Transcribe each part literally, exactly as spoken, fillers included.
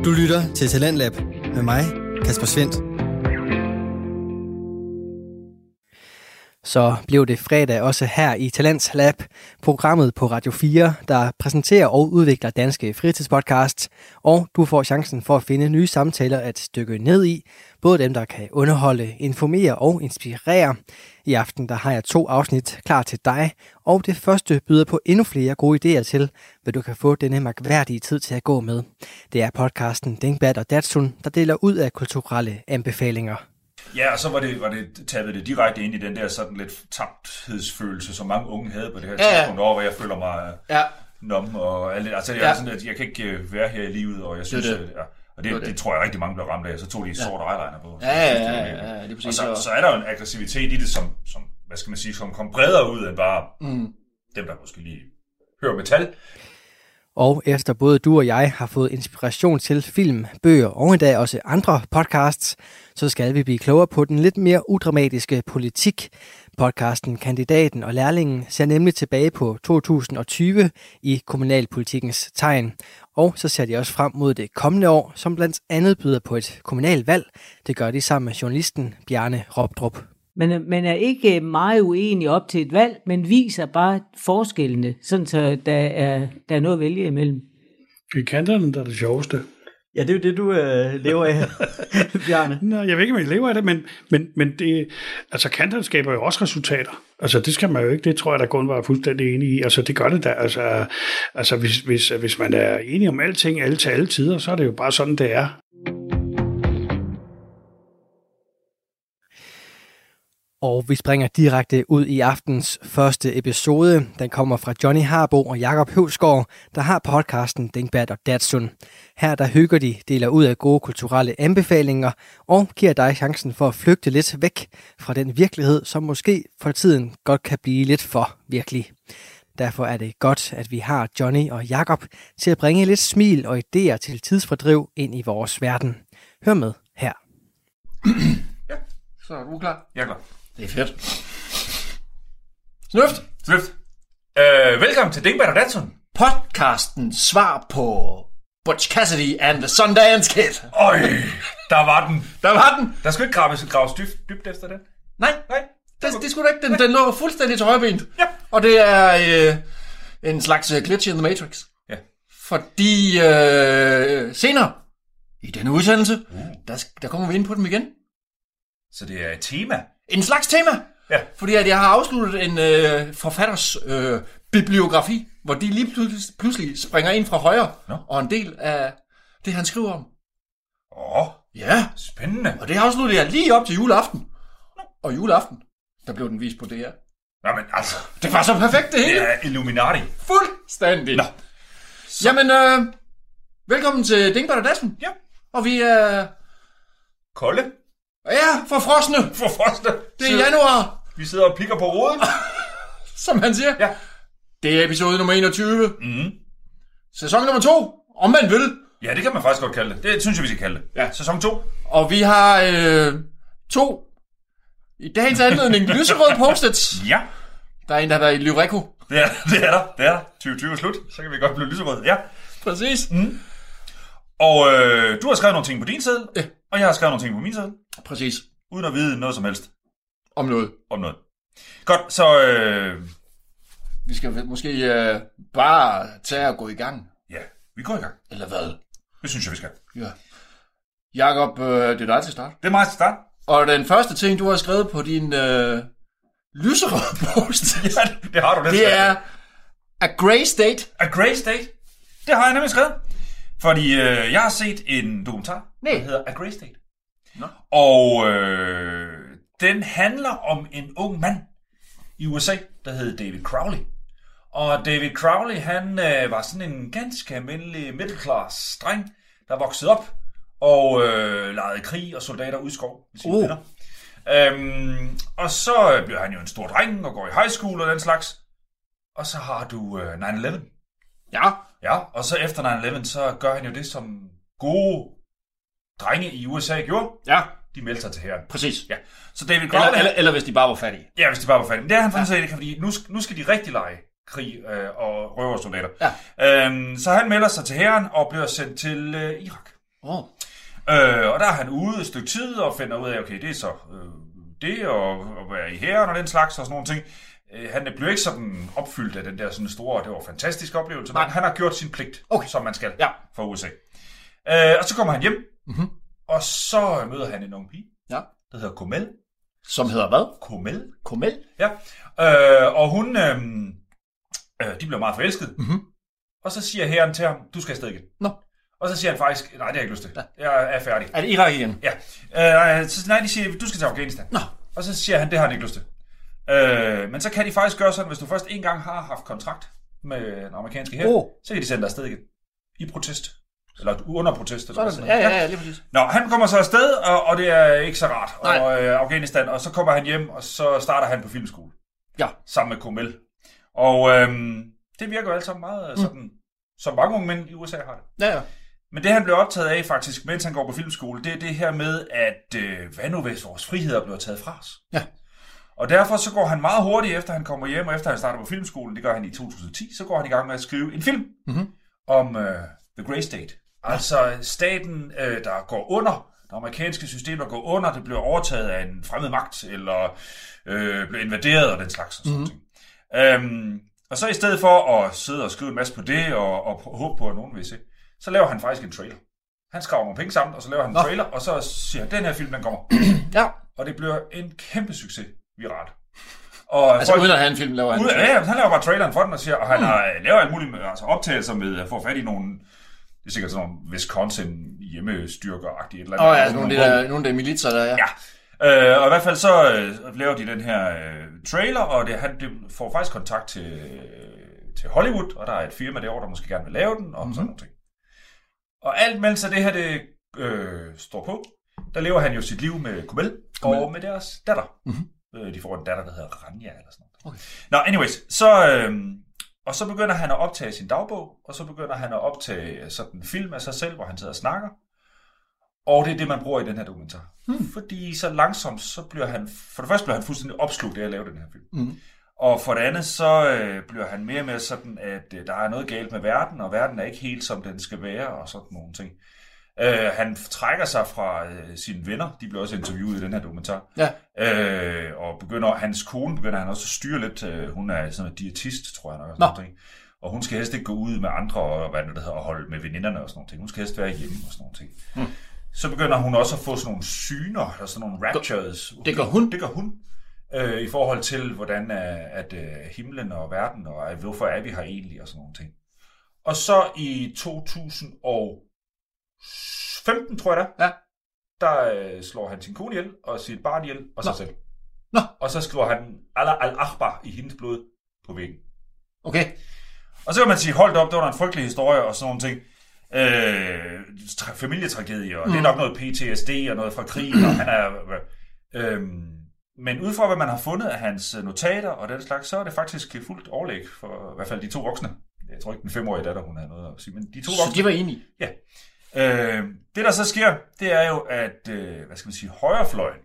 Du lytter til Talentlab med mig, Kasper Svendt. Så blev det fredag også her i Talentlab, programmet på Radio fire, der præsenterer og udvikler danske fritidspodcasts, og du får chancen for at finde nye samtaler at dykke ned i, både dem, der kan underholde, informere og inspirere. I aften der har jeg to afsnit klar til dig, og det første byder på endnu flere gode idéer til, hvad du kan få denne mærkværdige tid til at gå med. Det er podcasten Dingbat og Datsun, der deler ud af kulturelle anbefalinger. Ja, og så var det, var det taget det direkte ind i den der sådan lidt tabthedsfølelse, som mange unge havde på det her ja, tidspunkt, over, hvor jeg føler mig ja. nom og alt det. Altså, jeg, ja. er sådan, at jeg kan ikke være her i livet, og jeg synes, det, det. At, ja, og det, det, det. det tror jeg rigtig mange blev ramt af. Så tog de ja. sorte eyeliner på. Ja, ja, ja, ja, ja, det er præcis. Og så, så er der jo en aggressivitet i det, som, som hvad skal man sige, som kom bredere ud end bare mm. dem, der måske lige hører metal. Og efter både du og jeg har fået inspiration til film, bøger og i dag også andre podcasts, så skal vi blive klogere på den lidt mere udramatiske politik. Podcasten Kandidaten og Lærlingen ser nemlig tilbage på to tusind og tyve i kommunalpolitikkens tegn. Og så ser de også frem mod det kommende år, som blandt andet byder på et kommunalvalg. Det gør de sammen med journalisten Bjarne Robdrup. Man, man er ikke meget uenig op til et valg, men viser bare forskellene, sådan så der er, der er noget at vælge imellem. I kanterne, der er det sjoveste. Ja, det er jo det, du øh, lever af, Bjarne. Nå, jeg ved ikke, om jeg lever af det, men, men, men det, altså, kanterne skaber jo også resultater. Altså, det skal man jo ikke, det tror jeg, der kun var fuldstændig enig i. Altså, det gør det da. Altså, altså hvis, hvis, hvis man er enig om alting, alle til alle tider, så er det jo bare sådan, det er. Og vi springer direkte ud i aftens første episode. Den kommer fra Johnny Harbo og Jakob Høvsgaard, der har podcasten Dingbat og Datsun. Her der hygger de, deler ud af gode kulturelle anbefalinger og giver dig chancen for at flygte lidt væk fra den virkelighed, som måske for tiden godt kan blive lidt for virkelig. Derfor er det godt, at vi har Johnny og Jakob til at bringe lidt smil og idéer til tidsfordriv ind i vores verden. Hør med her. Ja, så er du klar? Jeg er klar. Det er fedt. Snøft. Snøft. Øh, velkommen til Dingbat og Datsun. Podcasten svar på Butch Cassidy and the Sundance Kid. Øj, der var den. Der var den. Der skulle ikke graves, graves dybt, dybt efter den. Nej, nej. Det, det skulle da ikke. Den, den lå fuldstændig til højreben. Ja. Og det er øh, en slags uh, glitch in the Matrix. Ja. Fordi øh, senere i denne udsendelse, uh. der, der kommer vi ind på dem igen. Så det er et tema? En slags tema. Ja. Fordi at jeg har afsluttet en øh, forfatters øh, bibliografi, hvor de lige pludselig, pludselig springer ind fra højre, no. og en del af det, han skriver om. Åh, oh, ja. Spændende. Og det afsluttede jeg lige op til juleaften. No. Og juleaften, der blev den vist på det her. Nå, men altså... Det var så perfekt, det hele. Det er Illuminati. Fuldstændig. Nå. Så. Jamen, øh, velkommen til Dingbat og Datsun. Ja. Og vi er... Øh... Kolde. Ja, for frosne. For frosne. Det er januar. Vi sidder og pikker på roden. Som han siger. Ja. Det er episode nummer enogtyve. Mhm. Sæson nummer to, om man vil. Ja, det kan man faktisk godt kalde det. Det synes jeg, vi skal kalde det. Ja. Sæson to. Og vi har øh, to, i dagens anledning, lyserøde post-its. Ja. Der er en, der har været i Lyreco. Det er, det er der, det er der. tyve tyve er slut, så kan vi godt blive lyserøde. Ja. Præcis. Mm. Og øh, du har skrevet nogle ting på din side, ja. og jeg har skrevet nogle ting på min side. Præcis. Uden at vide noget som helst. Om noget. Om noget. Godt, så... Øh... Vi skal måske øh, bare tage og gå i gang. Ja, vi går i gang. Eller hvad? Det synes jeg, vi skal. Ja. Jakob, øh, det er dig til start. Det er mig til start. Og den første ting, du har skrevet på din øh, lyserøde post, ja, det har du næsten. Det er A Grey State. A Grey State? Det har jeg nemlig skrevet. Fordi øh, jeg har set en dokumentar, Nej. der hedder A Grey State. Nå. Og øh, den handler om en ung mand i U S A, der hed David Crowley. Og David Crowley, han øh, var sådan en ganske almindelig middelklasse dreng, der voksede op og øh, legede krig og soldater ud i skov med sine uh. venner. Øhm, og så bliver han jo en stor dreng og går i high school og den slags. Og så har du øh, nine eleven. Ja. Ja, og så efter nine eleven, så gør han jo det, som gode drenge i U S A gjorde. Ja. De meldte sig til hæren. Præcis. Ja. Så David Crowley... Eller, eller, eller hvis de bare var fattige. Ja, hvis de bare var fattige. Men det er han faktisk ja. ikke, fordi nu, nu skal de rigtig lege krig øh, og røversoldater. Ja. Øhm, så han melder sig til hæren og bliver sendt til øh, Irak. Oh. Øh, og der er han ude et stykke tid og finder ud af, okay, det er så øh, det, og at være i hæren og den slags og sådan nogle ting. Øh, han bliver ikke sådan opfyldt af den der sådan store, det var en fantastisk oplevelse, Nej. men han har gjort sin pligt, okay. som man skal ja. for U S A. Øh, og så kommer han hjem, mm-hmm. og så møder han en ung pige, ja. der hedder Komel. Som hedder hvad? Komel. Komel? Ja, øh, og hun, øh, øh, de bliver meget forelsket, mm-hmm. og så siger herren til ham, du skal afsted igen. Nå. Og så siger han faktisk, nej, det har jeg ikke lyst til. Ja. Jeg er færdig. Er det Irak igen? Ja. Øh, så, nej, de siger, du skal til Afghanistan. Nå. Og så siger han, det har han ikke lyst til. Øh, men så kan de faktisk gøre sådan, hvis du først en gang har haft kontrakt med den amerikanske hær, oh. så kan de sende dig afsted igen. I protest. Eller under protest. Eller sådan. Ja, ja, ja, lige præcis. Nå, han kommer så afsted, og, og det er ikke så rart. Nej. Og øh, Afghanistan, og så kommer han hjem, og så starter han på filmskole. Ja. Sammen med Komel. Og øh, det virker jo alt sammen meget sådan, mm. som mange unge mænd i U S A har det. Ja, ja. Men det han blev optaget af faktisk, mens han går på filmskole, det er det her med, at øh, hvad nu hvis vores friheder bliver taget fra os? Ja. Og derfor så går han meget hurtigt, efter han kommer hjem, og efter han starter på filmskolen, det gør han i to tusind og ti, så går han i gang med at skrive en film mm-hmm. om øh, The Grey State. Altså staten, øh, der går under, det amerikanske system, der går under, det bliver overtaget af en fremmed magt, eller øh, bliver invaderet og den slags. Og, mm-hmm. øhm, og så i stedet for at sidde og skrive en masse på det, og, og håbe på, at nogen vil se, så laver han faktisk en trailer. Han skraver nogle penge sammen, og så laver han en Nå. trailer, og så siger han, den her film, den kommer. Ja. Og det bliver en kæmpe succes viralt. Og altså folk, uden at have en film, laver han uden, ja, han laver bare traileren for den, og siger, og han har mm. laver en mulig altså optagelser med at få fat i nogle, det er sikkert sådan nogle Wisconsin hjemmestyrker-agtige et eller andet. Åh oh, ja, altså nogle, nogle, der, nogle der militser der, ja. Ja. Øh, og i hvert fald så øh, laver de den her øh, trailer, og det, han det får faktisk kontakt til, øh, til Hollywood, og der er et firma derovre, der måske gerne vil lave den, og mm-hmm. sådan nogle ting. Og alt mens det her det øh, står på, der lever han jo sit liv med Komel, Komel. og med deres datter. Mm-hmm. Øh, de får en datter, der hedder Rania eller sådan noget. Okay. Nå, anyways, så, øh, og så begynder han at optage sin dagbog, og så begynder han at optage sådan en film af sig selv, hvor han sidder og snakker. Og det er det, man bruger i den her dokumentar. Hmm. Fordi så langsomt, så bliver han, for det første bliver han fuldstændig opslugt af at lave den her film. Hmm. Og for det andet, så øh, bliver han mere og mere sådan, at øh, der er noget galt med verden, og verden er ikke helt, som den skal være, og sådan nogle ting. Øh, han trækker sig fra øh, sine venner, de bliver også interviewet i den her dokumentar. Ja. Øh, og begynder, hans kone begynder han også at styre lidt. Øh, hun er sådan en diætist, tror jeg nok. Og, sådan noget. Og hun skal helst ikke gå ud med andre, og hvad det hedder, og holde med veninderne og sådan noget. Hun skal helst være hjemme og sådan noget. Hmm. Så begynder hun også at få sådan nogle syner, eller sådan nogle raptures. Det gør hun? Det gør hun. Øh, I forhold til, hvordan er, at øh, himlen og verden, og øh, hvorfor er vi her egentlig, og sådan nogle ting. Og så i to tusind og femten, tror jeg da, ja. der øh, slår han sin kone ihjel, og sit barn ihjel, og sig Nå. selv. Nå. Og så skriver han Allah al-Akbar i hendes blod på væggen. Okay. Og så kan man sige, hold da op, det var en frygtelig historie, og sådan nogle ting. Øh, tra- familietragedie, og mm. det er nok noget P T S D, og noget fra krigen, og han er... Øh, men ud fra, hvad man har fundet af hans notater og den slags, så er det faktisk fuldt overlæg for i hvert fald de to voksne. Jeg tror ikke, den femårige datter, hun havde noget at sige, men de to voksne... Så de var enige? Ja. Øh, det, der så sker, det er jo, at, øh, hvad skal man sige, højrefløjen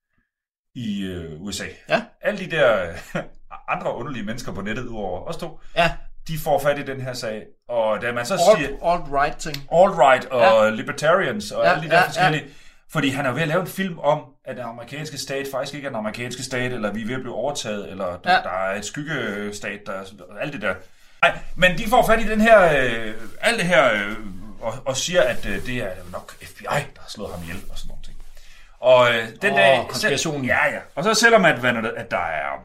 i øh, U S A, ja. alle de der øh, andre underlige mennesker på nettet, udover os to, ja. de får fat i den her sag, og da man så Alt, siger... Alt-right ting. Alt-right og ja. libertarians og ja, alle de der ja, forskellige... Ja. Fordi han er ved at lave en film om, at den amerikanske stat faktisk ikke er den amerikanske stat, eller vi er ved at blive overtaget, eller ja. der, der er et skyggestat, der alt det der. Nej, men de får fat i den her, øh, alt det her, øh, og, og siger, at øh, det er nok F B I, der har slået ham ihjel, og sådan nogle ting. Og øh, den oh, dag... konspirationen. Ja, ja. Og så selvom, at, at der er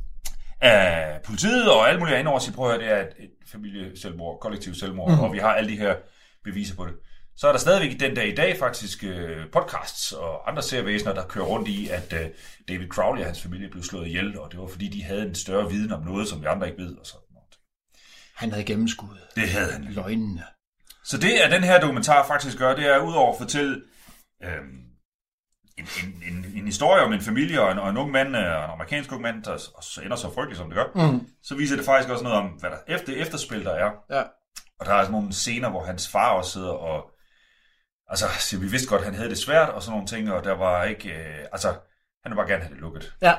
øh, politiet og alle mulige indover, siger, prøv at høre, det er et, et familieselvmord, kollektivt selvmord, mm-hmm. og vi har alle de her beviser på det. Så er der stadigvæk den dag i dag faktisk øh, podcasts og andre serievæsener, der kører rundt i, at øh, David Crowley og hans familie blev slået ihjel, og det var fordi, de havde en større viden om noget, som vi andre ikke ved, og sådan noget. Han havde gennemskuddet. Det havde han. Løgnene. Så det, at den her dokumentar faktisk gør, det er udover at fortælle øh, en, en, en, en historie om en familie og en, og en ung mand, og en amerikansk ung mand, der også ender så frygteligt, som det gør, mm. så viser det faktisk også noget om, hvad der efter efterspil der er. Ja. Og der er sådan nogle scener, hvor hans far også sidder og... Altså, så vi vidste godt, at han havde det svært og sådan nogle ting, og der var ikke... Øh, altså, han ville bare gerne have det lukket. Ja.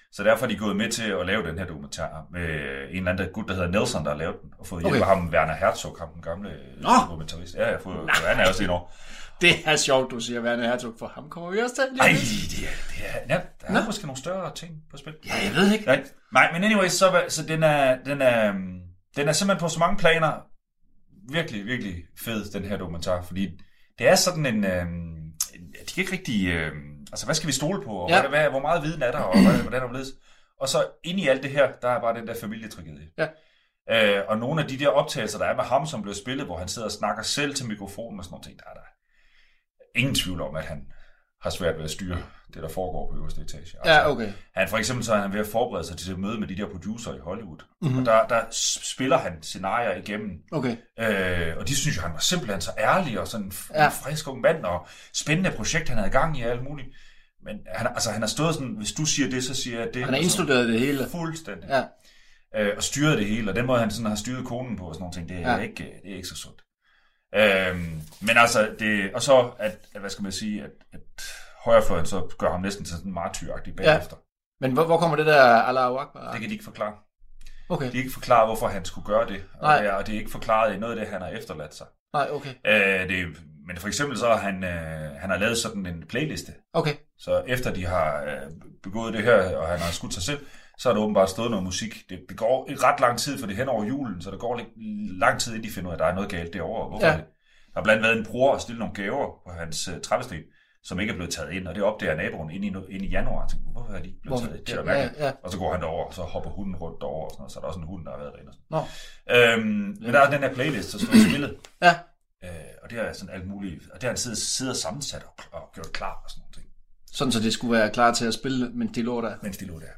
Så derfor er de gået med til at lave den her dokumentar med en eller anden gut, der hedder Nelson, der har lavet den, og fået hjælp af okay. ham, Werner Herzog, ham den gamle Nå. dokumentarist. Ja, jeg har fået, han er også en år. Det er sjovt, du siger Werner Herzog, for ham kommer vi også til. Nej, det er, det er, ja, der er Nå. måske nogle større ting på spil. Ja, jeg ved ikke. Nej, Nej men anyway, så, så den, er, den, er, den er simpelthen på så mange planer virkelig, virkelig fed, den her dokumentar, fordi det er sådan en, øh, de kan ikke rigtig, øh, altså hvad skal vi stole på, og ja. hvad, hvad, hvor meget viden er der, og hvad, hvordan er det? Og så inde i alt det her, der er bare den der familietragedie. Ja. Øh, og nogle af de der optagelser, der er med ham, som blev spillet, hvor han sidder og snakker selv til mikrofonen og sådan noget ting, der er der ingen tvivl om, at han har svært ved at styre det, der foregår på øverste etage. Altså, ja, okay. Han for eksempel så er han ved at forberede sig til at møde med de der producer i Hollywood. Mm-hmm. Og der, der spiller han scenarier igennem. Okay. Øh, og de synes jo, han var simpelthen så ærlig og sådan en ja. frisk ung mand og spændende projekt, han havde i gang i alt muligt. Men han, altså, han har stået sådan, hvis du siger det, så siger jeg det. Han har indstuderet det hele. Fuldstændig. Ja. Øh, og styret det hele. Og den måde, han sådan har styret konen på og sådan nogle ting, det er, ja. ikke, det er ikke så sundt. Øhm, men altså, det, og så, at, at, hvad skal man sige, at, at højrefløjen så gør ham næsten sådan martyragtig bagefter. Ja. Men hvor, hvor kommer det der Allahu Akbar? Det kan de ikke forklare. Okay. De kan ikke forklare, hvorfor han skulle gøre det. Og, det er, og det er ikke forklaret i noget af det, han har efterladt sig. Nej, okay. Øh, det, men for eksempel så har han, øh, han har lavet sådan en playliste. Okay. Så efter de har øh, begået det her, og han har skudt sig selv, så er der åbenbart stået noget musik. Det, det går ikke ret lang tid, for det er hen over julen, så der går lidt lang tid, inden de finder ud af, at der er noget galt derovre. Hvorfor ja. det? Der har blandt andet været en bror og stillet nogle gaver på hans uh, trappesten, som ikke er blevet taget ind, og det opdager naboen ind i, ind i januar. Jeg tænker, hvorfor er de ikke blevet taget ind? Det er da mærkeligt. Ja, ja. Og så går han derover, og så hopper hunden rundt derover, og sådan noget, så er der også en hund, der har været derinde. Nå. Øhm, men der er den her playlist, der står spillet. Ja. Øh, og det er sådan alt muligt, og det har han siddet, siddet sammensat og, og gjort klar og sådan noget. Sådan, så det skulle være klar til at spille, mens de lå der? Mens de lå der.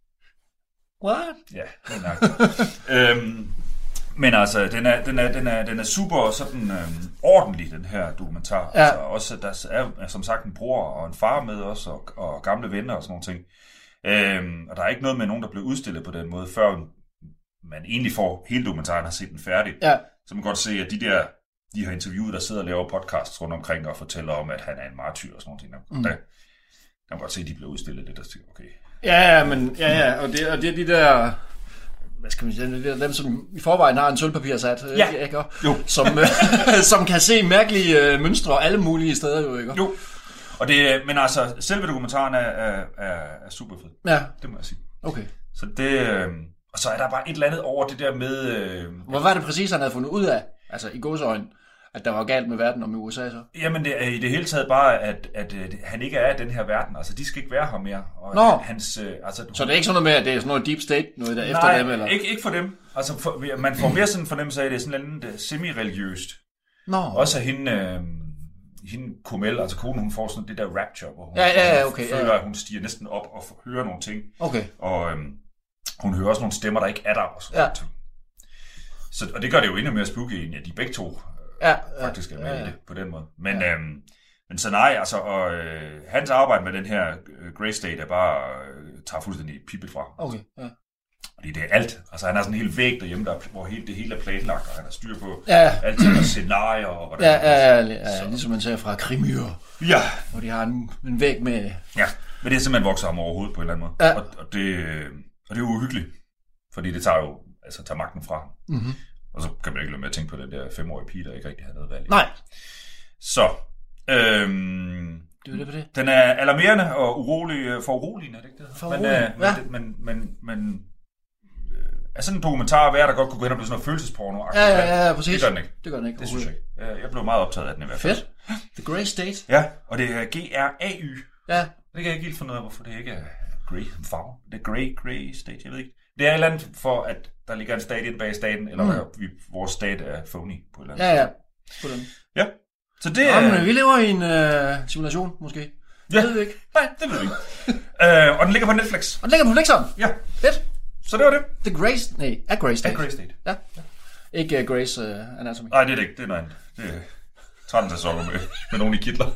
What? Ja, det er nok. øhm, men altså, den er, den er, den er, den er super sådan øhm, ordentlig, den her dokumentar. Ja. Altså, også, der er som sagt en bror og en far med os, og, og gamle venner og sådan nogle ting. Øhm, og der er ikke noget med nogen, der blev udstillet på den måde, før man egentlig får hele dokumentaren har set den færdig. Ja. Så man kan godt se, at de der de her interviewet, der sidder og laver podcasts rundt omkring og fortæller om, at han er en martyr og sådan nogle ting. Mm. Der, der kan man godt se, at de bliver udstillet lidt, der siger, okay. Ja, men ja, ja, og det, og det er de der, hvad skal man sige, det er dem, som i forvejen har en sølvpapirsat, ja. ikke? Jo. Som, som kan se mærkelige øh, mønstre alle mulige steder, jo, ikke? Jo, og det, men altså, selve dokumentaren er, er, er, er super fed. Ja. Det må jeg sige. Okay. Så det, øh, og så er der bare et eller andet over det der med... Øh, Hvor var det præcis, han havde fundet ud af, altså i gåseøjne, at der var galt med verden om i U S A så? Jamen det er i det hele taget bare, at, at, at han ikke er af den her verden. Altså de skal ikke være her mere. Og Nå. Han, hans, øh, altså, så det er ikke sådan noget med, at det er sådan noget deep state, noget der nej, efter dem? Eller? Nej, ikke, ikke for dem. Altså for, man får mere sådan en fornemmelse af, at det er sådan lidt semi-religiøst. Nå. Også hende, øh, hende Kummel, altså konen, hun får sådan det der rapture, hvor hun, ja, ja, ja, okay, føler, ja, ja. at hun stiger næsten op og hører nogle ting. Okay. Og øh, hun hører også nogle stemmer, der ikke er der. Og sådan ja. Så, og det gør det jo endnu mere spooky, end at de begge to ja, faktisk er med ja, ja. i det på den måde. Men, ja. øhm, men så nej, altså, og, øh, hans arbejde med den her øh, Grey State er bare, øh, tager fuldstændig pippet fra. Okay, ja. Fordi det er alt. Altså, han har sådan en hel væg derhjemme, der, hvor hele, det hele er planlagt, og han har styr på ja. alting og scenarier. Og hvordan ja, ja, ja, ja, ligesom man ser fra krimier. Ja. Hvor de har en, en væg med... Ja, men det er simpelthen vokset ham overhovedet på en eller anden måde. Ja. Og, og, det, og det er jo uhyggeligt, fordi det tager jo altså, tager magten fra ham. Mm-hmm. Og så kan man ikke lade med at tænke på den der femårige pige, der ikke rigtig havde noget valg. Nej. Så, øhm, det er det på det. Den er alarmerende og urolig, for uroligende, er det ikke det? For men, urolig, øh, ja. men, men, men, men øh, er sådan en dokumentar værd, der godt kunne gå hen og blive sådan noget følelsesporno? Ja, ja, ja, præcis. Det gør den ikke. Det gør den ikke. Det synes jeg ikke. Jeg blev meget optaget af den i hvert fald. Fedt. The Grey State. Ja, og det er G R A Y. Ja. Det kan jeg ikke helt finde ud af, hvorfor det ikke er Grey farve. Det er Grey, Grey State, jeg ved ikke. Det er et eller andet for, at der ligger en stat inde bag staten, eller mm. der, vi, vores stat er phony på et eller andet. Ja, ja. På den. Ja. Så det er... er... vi lever i en uh, simulation, måske. Ja. Det ved vi ikke. Nej, det ved vi ikke. uh, og den ligger på Netflix. Og den ligger på Netflixeren? Ja. Fedt. Så det var det. The Grey... Nej, A Grey State. A Grey State. Ja. ja. Ikke uh, Grey's uh, Anatomy. Nej, det er det ikke. Det er noget andet. Det er tretten sæsoner med, med nogen i kitler.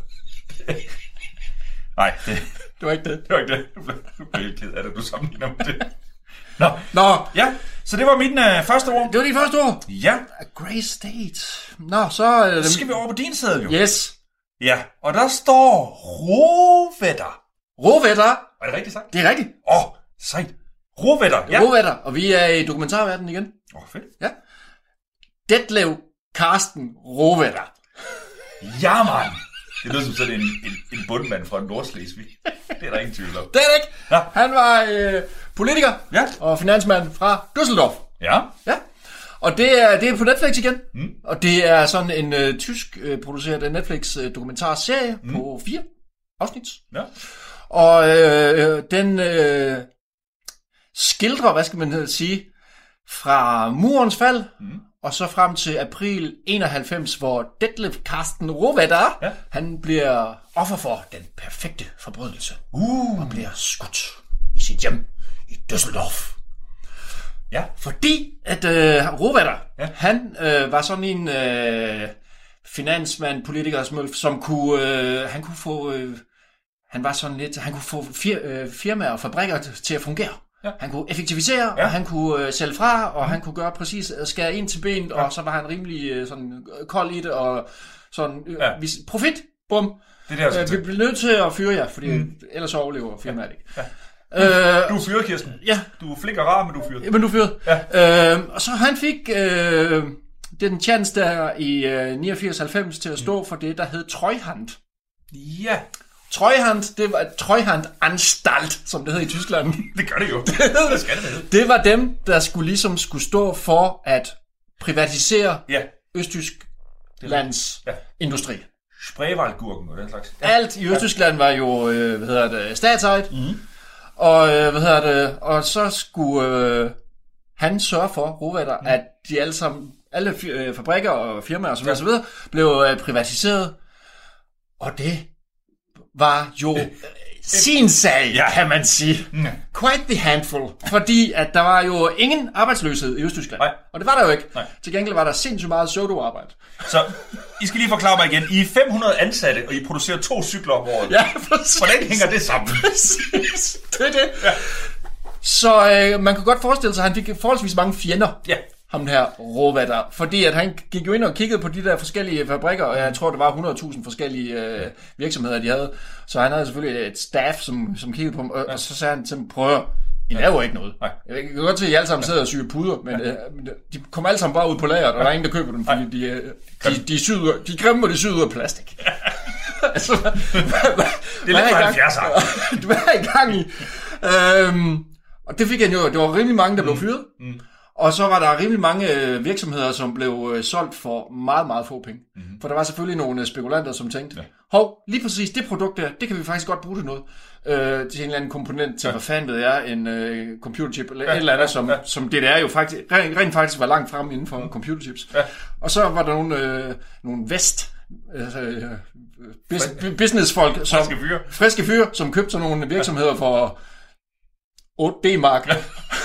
Nej, det... Det var ikke det. Det var ikke det. Du blev helt ked af det, du sammenligner med det. Nå. Nå. Ja, så det var min øh, første ord. Det var dit første ord? Ja. A Grey State. Nå, så... Øh, så skal vi over på din side, jo. Yes. Ja, og der står rovetter. Rovetter? Er det rigtigt sagt? Det er rigtigt. Åh, oh, Sejt. Rovetter, ja. Rovetter, og vi er i dokumentarverdenen igen. Åh, oh, fedt. Ja. Detlev Karsten Rovetter. Ja, man. Det lyder som sådan en, en, en bundmand fra Nordslesvig. Det er der ingen tvivl om. Det er det ikke. Ja. Han var øh, politiker ja. og finansmand fra Düsseldorf. Ja. Ja. Og det er, det er på Netflix igen. Mm. Og det er sådan en øh, tysk øh, produceret Netflix øh, dokumentarserie mm. på fire afsnit. Ja. Og øh, den øh, skildrer, hvad skal man sige, fra murens fald, mm. og så frem til april enoghalvfems, hvor Detlev Karsten Rovetter, ja. han bliver offer for den perfekte forbrydelse. Uh. Og bliver skudt i sit hjem i Düsseldorf. Ja. Fordi at øh, Rovetter, ja. han øh, var sådan en øh, finansmand, politiker, som, som kunne, øh, han kunne få, øh, han var sådan lidt, han kunne få fir, øh, firmaer og fabrikker til at fungere. Ja. Han kunne effektivisere, ja. og han kunne øh, sælge fra, og mm. han kunne gøre præcis, øh, skære ind til benet, ja. og så var han rimelig øh, sådan kold i det, og sådan, øh, ja. profit, bum. Det er det, øh, vi bliver nødt til at fyre jer, fordi mm. ellers overlever firmaet ikke. Ja. Øh, du er fyret, Kirsten. Ja. Du er flink og rar, men du er fyret. Men du er fyret. Ja. Øh, og så han fik øh, den chance der i øh, niogfirs halvfems til at stå mm. for det, der hed Treuhand. Ja. Treuhand, det var Treuhandanstalt, som det hed i Tyskland. Det gør det jo. Det skal det. Det var dem, der skulle ligesom skulle stå for at privatisere ja. Østtysk lands ja. industri. Spreewaldgurken og den slags. Ja. Alt i Østtyskland var jo, øh, hvad hedder det, statsejet. Mm. Og øh, hvad hedder det, og så skulle øh, han sørge for, Rovetter, mm. at de alle sammen, alle øh, fabrikker og firmaer og så videre, ja. så videre blev øh, privatiseret. Og det var jo øh, sin sag, ja. kan man sige. Mm. Quite the handful. Fordi at der var jo ingen arbejdsløshed i Østtyskland. Nej. Og det var der jo ikke. Nej. Til gengæld var der sindssygt meget pseudo-arbejde. Så I skal lige forklare mig igen. I er fem hundrede ansatte, og I producerer to cykler om året. Ja, præcis. Hvordan hænger det sammen? Præcis. Det er det. Ja. Så øh, man kan godt forestille sig, at han fik forholdsvis mange fjender. Ja. Ham her Rovetter, fordi at han gik jo ind og kiggede på de der forskellige fabrikker, og jeg tror, det var hundrede tusind forskellige øh, virksomheder, de havde. Så han havde selvfølgelig et staff, som, som kiggede på dem, og, ja. og så sagde han til dem, prøv, I laver ikke noget. Nej. Jeg kan godt se, at I alle sammen sidder og syger puder, men ja. øh, de kommer alle sammen bare ud på lageret, og ja. der er ingen, der køber dem, fordi de, de, de, de, syder, de grimme, og de syder ud af plastik. Ja. altså, hvad, hvad, det er lidt for halvfjerds år. Hvad er i gang i? Øhm, og det fik han jo, det var rimelig mange, der blev fyret. Mm. Mm. Og så var der rimelig mange virksomheder, som blev solgt for meget, meget få penge. Mm-hmm. For der var selvfølgelig nogle spekulanter, som tænkte, ja. hov, lige præcis det produkt der, det kan vi faktisk godt bruge til noget. Øh, til en eller anden komponent til, ja. hvad fanden ved jeg, en uh, computerchip, eller ja. et eller andet, som, ja. som D D R jo faktisk, rent, rent faktisk var langt frem inden for mm. computerchips. Ja. Og så var der nogle, øh, nogle vest, øh, business, businessfolk, som, friske fyre. friske fyre, som købte sådan nogle virksomheder for otte D-mark. Ja.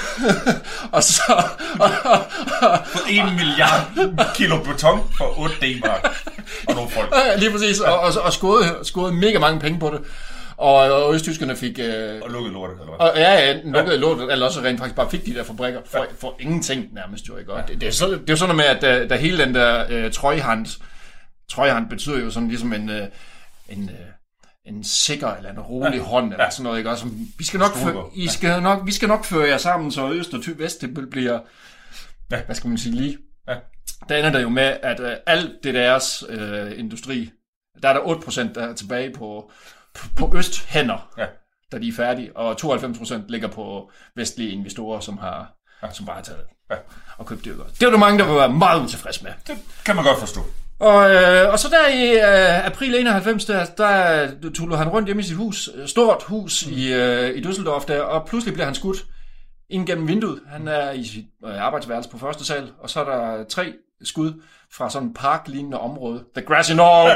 og så og, og, og, for en milliard kilo beton for otte D-mark og nogle folk. Ja, lige præcis, og, og, og skåede, skåede mega mange penge på det. Og, og østtyskerne fik... Øh, og lukkede lortet, eller hvad? Og, ja, ja, lukkede ja. lortet, eller også rent faktisk bare fik de der fabrikker for, ja. for ingenting nærmest jo, ikke? Ja. Det, det, er så, det er jo sådan noget med, at da, da hele den der øh, Treuhand, Treuhand betyder jo sådan ligesom en... Øh, en øh, en sikker eller en rolig ja. hånd eller ja. sådan noget, ikke? Også, vi skal nok føre, I skal ja. nok vi skal nok føre jer sammen, så øst og vest det bliver ja. hvad skal man sige lige. Ja. Der ender det jo med at uh, alt det deres uh, industri, der er der otte procent der er tilbage på på, på østhænder, ja. da de er færdige, og tooghalvfems procent ligger på vestlige investorer, som har ja. som bare har taget ja. og købt det. Det var der mange der var meget utilfreds med. Det kan man godt forstå. Og, øh, og så der i øh, april enoghalvfems, der, der tullede han rundt hjemme i sit hus, stort hus mm. i, øh, i Düsseldorf der, og pludselig bliver han skudt ind gennem vinduet. Han er i sit øh, arbejdsværelse på første sal, og så er der tre skud fra sådan en parklignende område. The grassy knoll!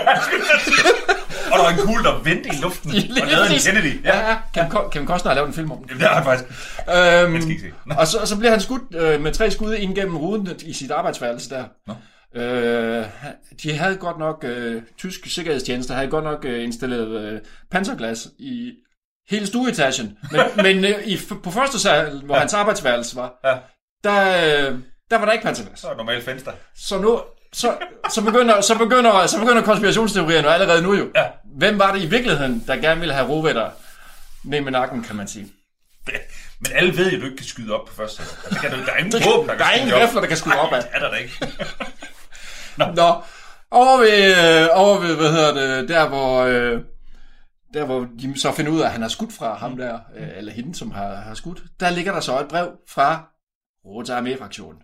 Og der var en kugle, der vendte i luften og lavede en Kennedy. Ja, ja. Kevin, Kevin Costner har lavet en film om den. Jamen, det har han faktisk. Øhm, og, så, og så bliver han skudt øh, med tre skud ind gennem ruden i sit arbejdsværelse der. Nå. Øh, de havde godt nok øh, tysk sikkerhedstjeneste havde godt nok øh, installeret øh, panserglas i hele stueetagen, men, men øh, i, på første sal, hvor ja. hans arbejdsværelse var, ja. der, øh, der var der ikke panserglas. Så er det normalt fenster. Så nu så, så, begynder, så, begynder, så begynder konspirationsteorierne allerede nu jo. Ja. Hvem var det i virkeligheden, der gerne ville have Rovetter ned med nakken, kan man sige? Det, Men alle ved jo, at du ikke kan skyde op på første. Altså, kan du, der er ingen våben, der kan Der er ingen rifler, der kan skyde op af. Er der da ikke? Nå. Nå. Over ved, over ved, hvad hedder det, der hvor, øh, der hvor de så finder ud af, at han har skudt fra ham der, øh, eller hende, som har, har skudt. Der ligger der så et brev fra Rote Armee-fraktionen.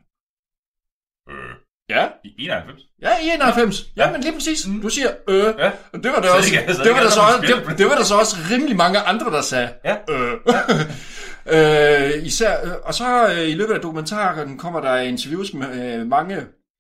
Øh. Ja. I enoghalvfems? Ja, i enoghalvfems. Ja, men lige præcis. Du siger øh. Ja. Og det var der også, ikke, det var der så også, det, det var der så også rimelig mange andre, der sagde ja. øh. Ja. øh, især, og så øh, i løbet af dokumentaren kommer der interviews med øh, mange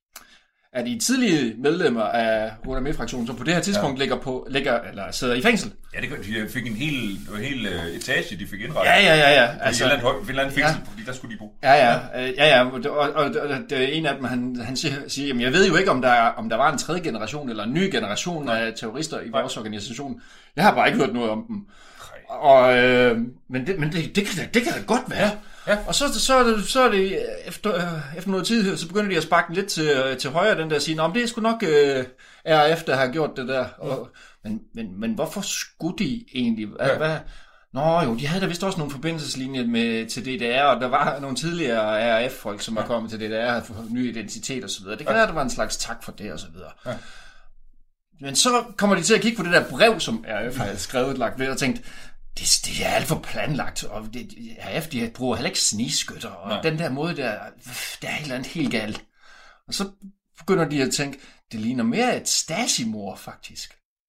af de tidlige medlemmer af Rote Armee-fraktionen, som på det her tidspunkt ja. ligger på, ligger, eller sidder i fængsel. Ja, det de fik en hel, en hel uh, etage, de fik indrettet. Ja, ja, ja, ja. Altså, i et eller andet fængsel, ja. Fordi der skulle de bo. Ja, ja, ja, ja, og, og, og, og det er en af dem, han, han siger, siger, jamen jeg ved jo ikke, om der, om der var en tredje generation, eller en ny generation af terrorister i vores organisation. Jeg har bare ikke hørt noget om dem. Og, øh, men det, men det, det, kan da, det kan da godt være. Ja. Og så, så, er det, så er det efter, øh, efter noget tid, så begynder de at sparke lidt til, til højre, den der siger, nå, men det er sgu nok øh, R A F, der har gjort det der. Og, men, men, men hvorfor skulle de egentlig? Hvad, ja. hvad? Nå jo, de havde da vist også nogle forbindelseslinjer med, til D D R, og der var nogle tidligere R A F-folk, som var ja. kommet til D D R, og fået ny identitet og så videre. Det kan ja. være, der var en slags tak for det og så videre. Ja. Men så kommer de til at kigge på det der brev, som R A F havde skrevet, lagt ved, og tænkt, Det, det er alt for planlagt, og det, R A F de bruger heller ikke snigskytter, og Nej. den der måde der, det er et eller andet helt galt. Og så begynder de at tænke, det ligner mere et Stasi-mord faktisk.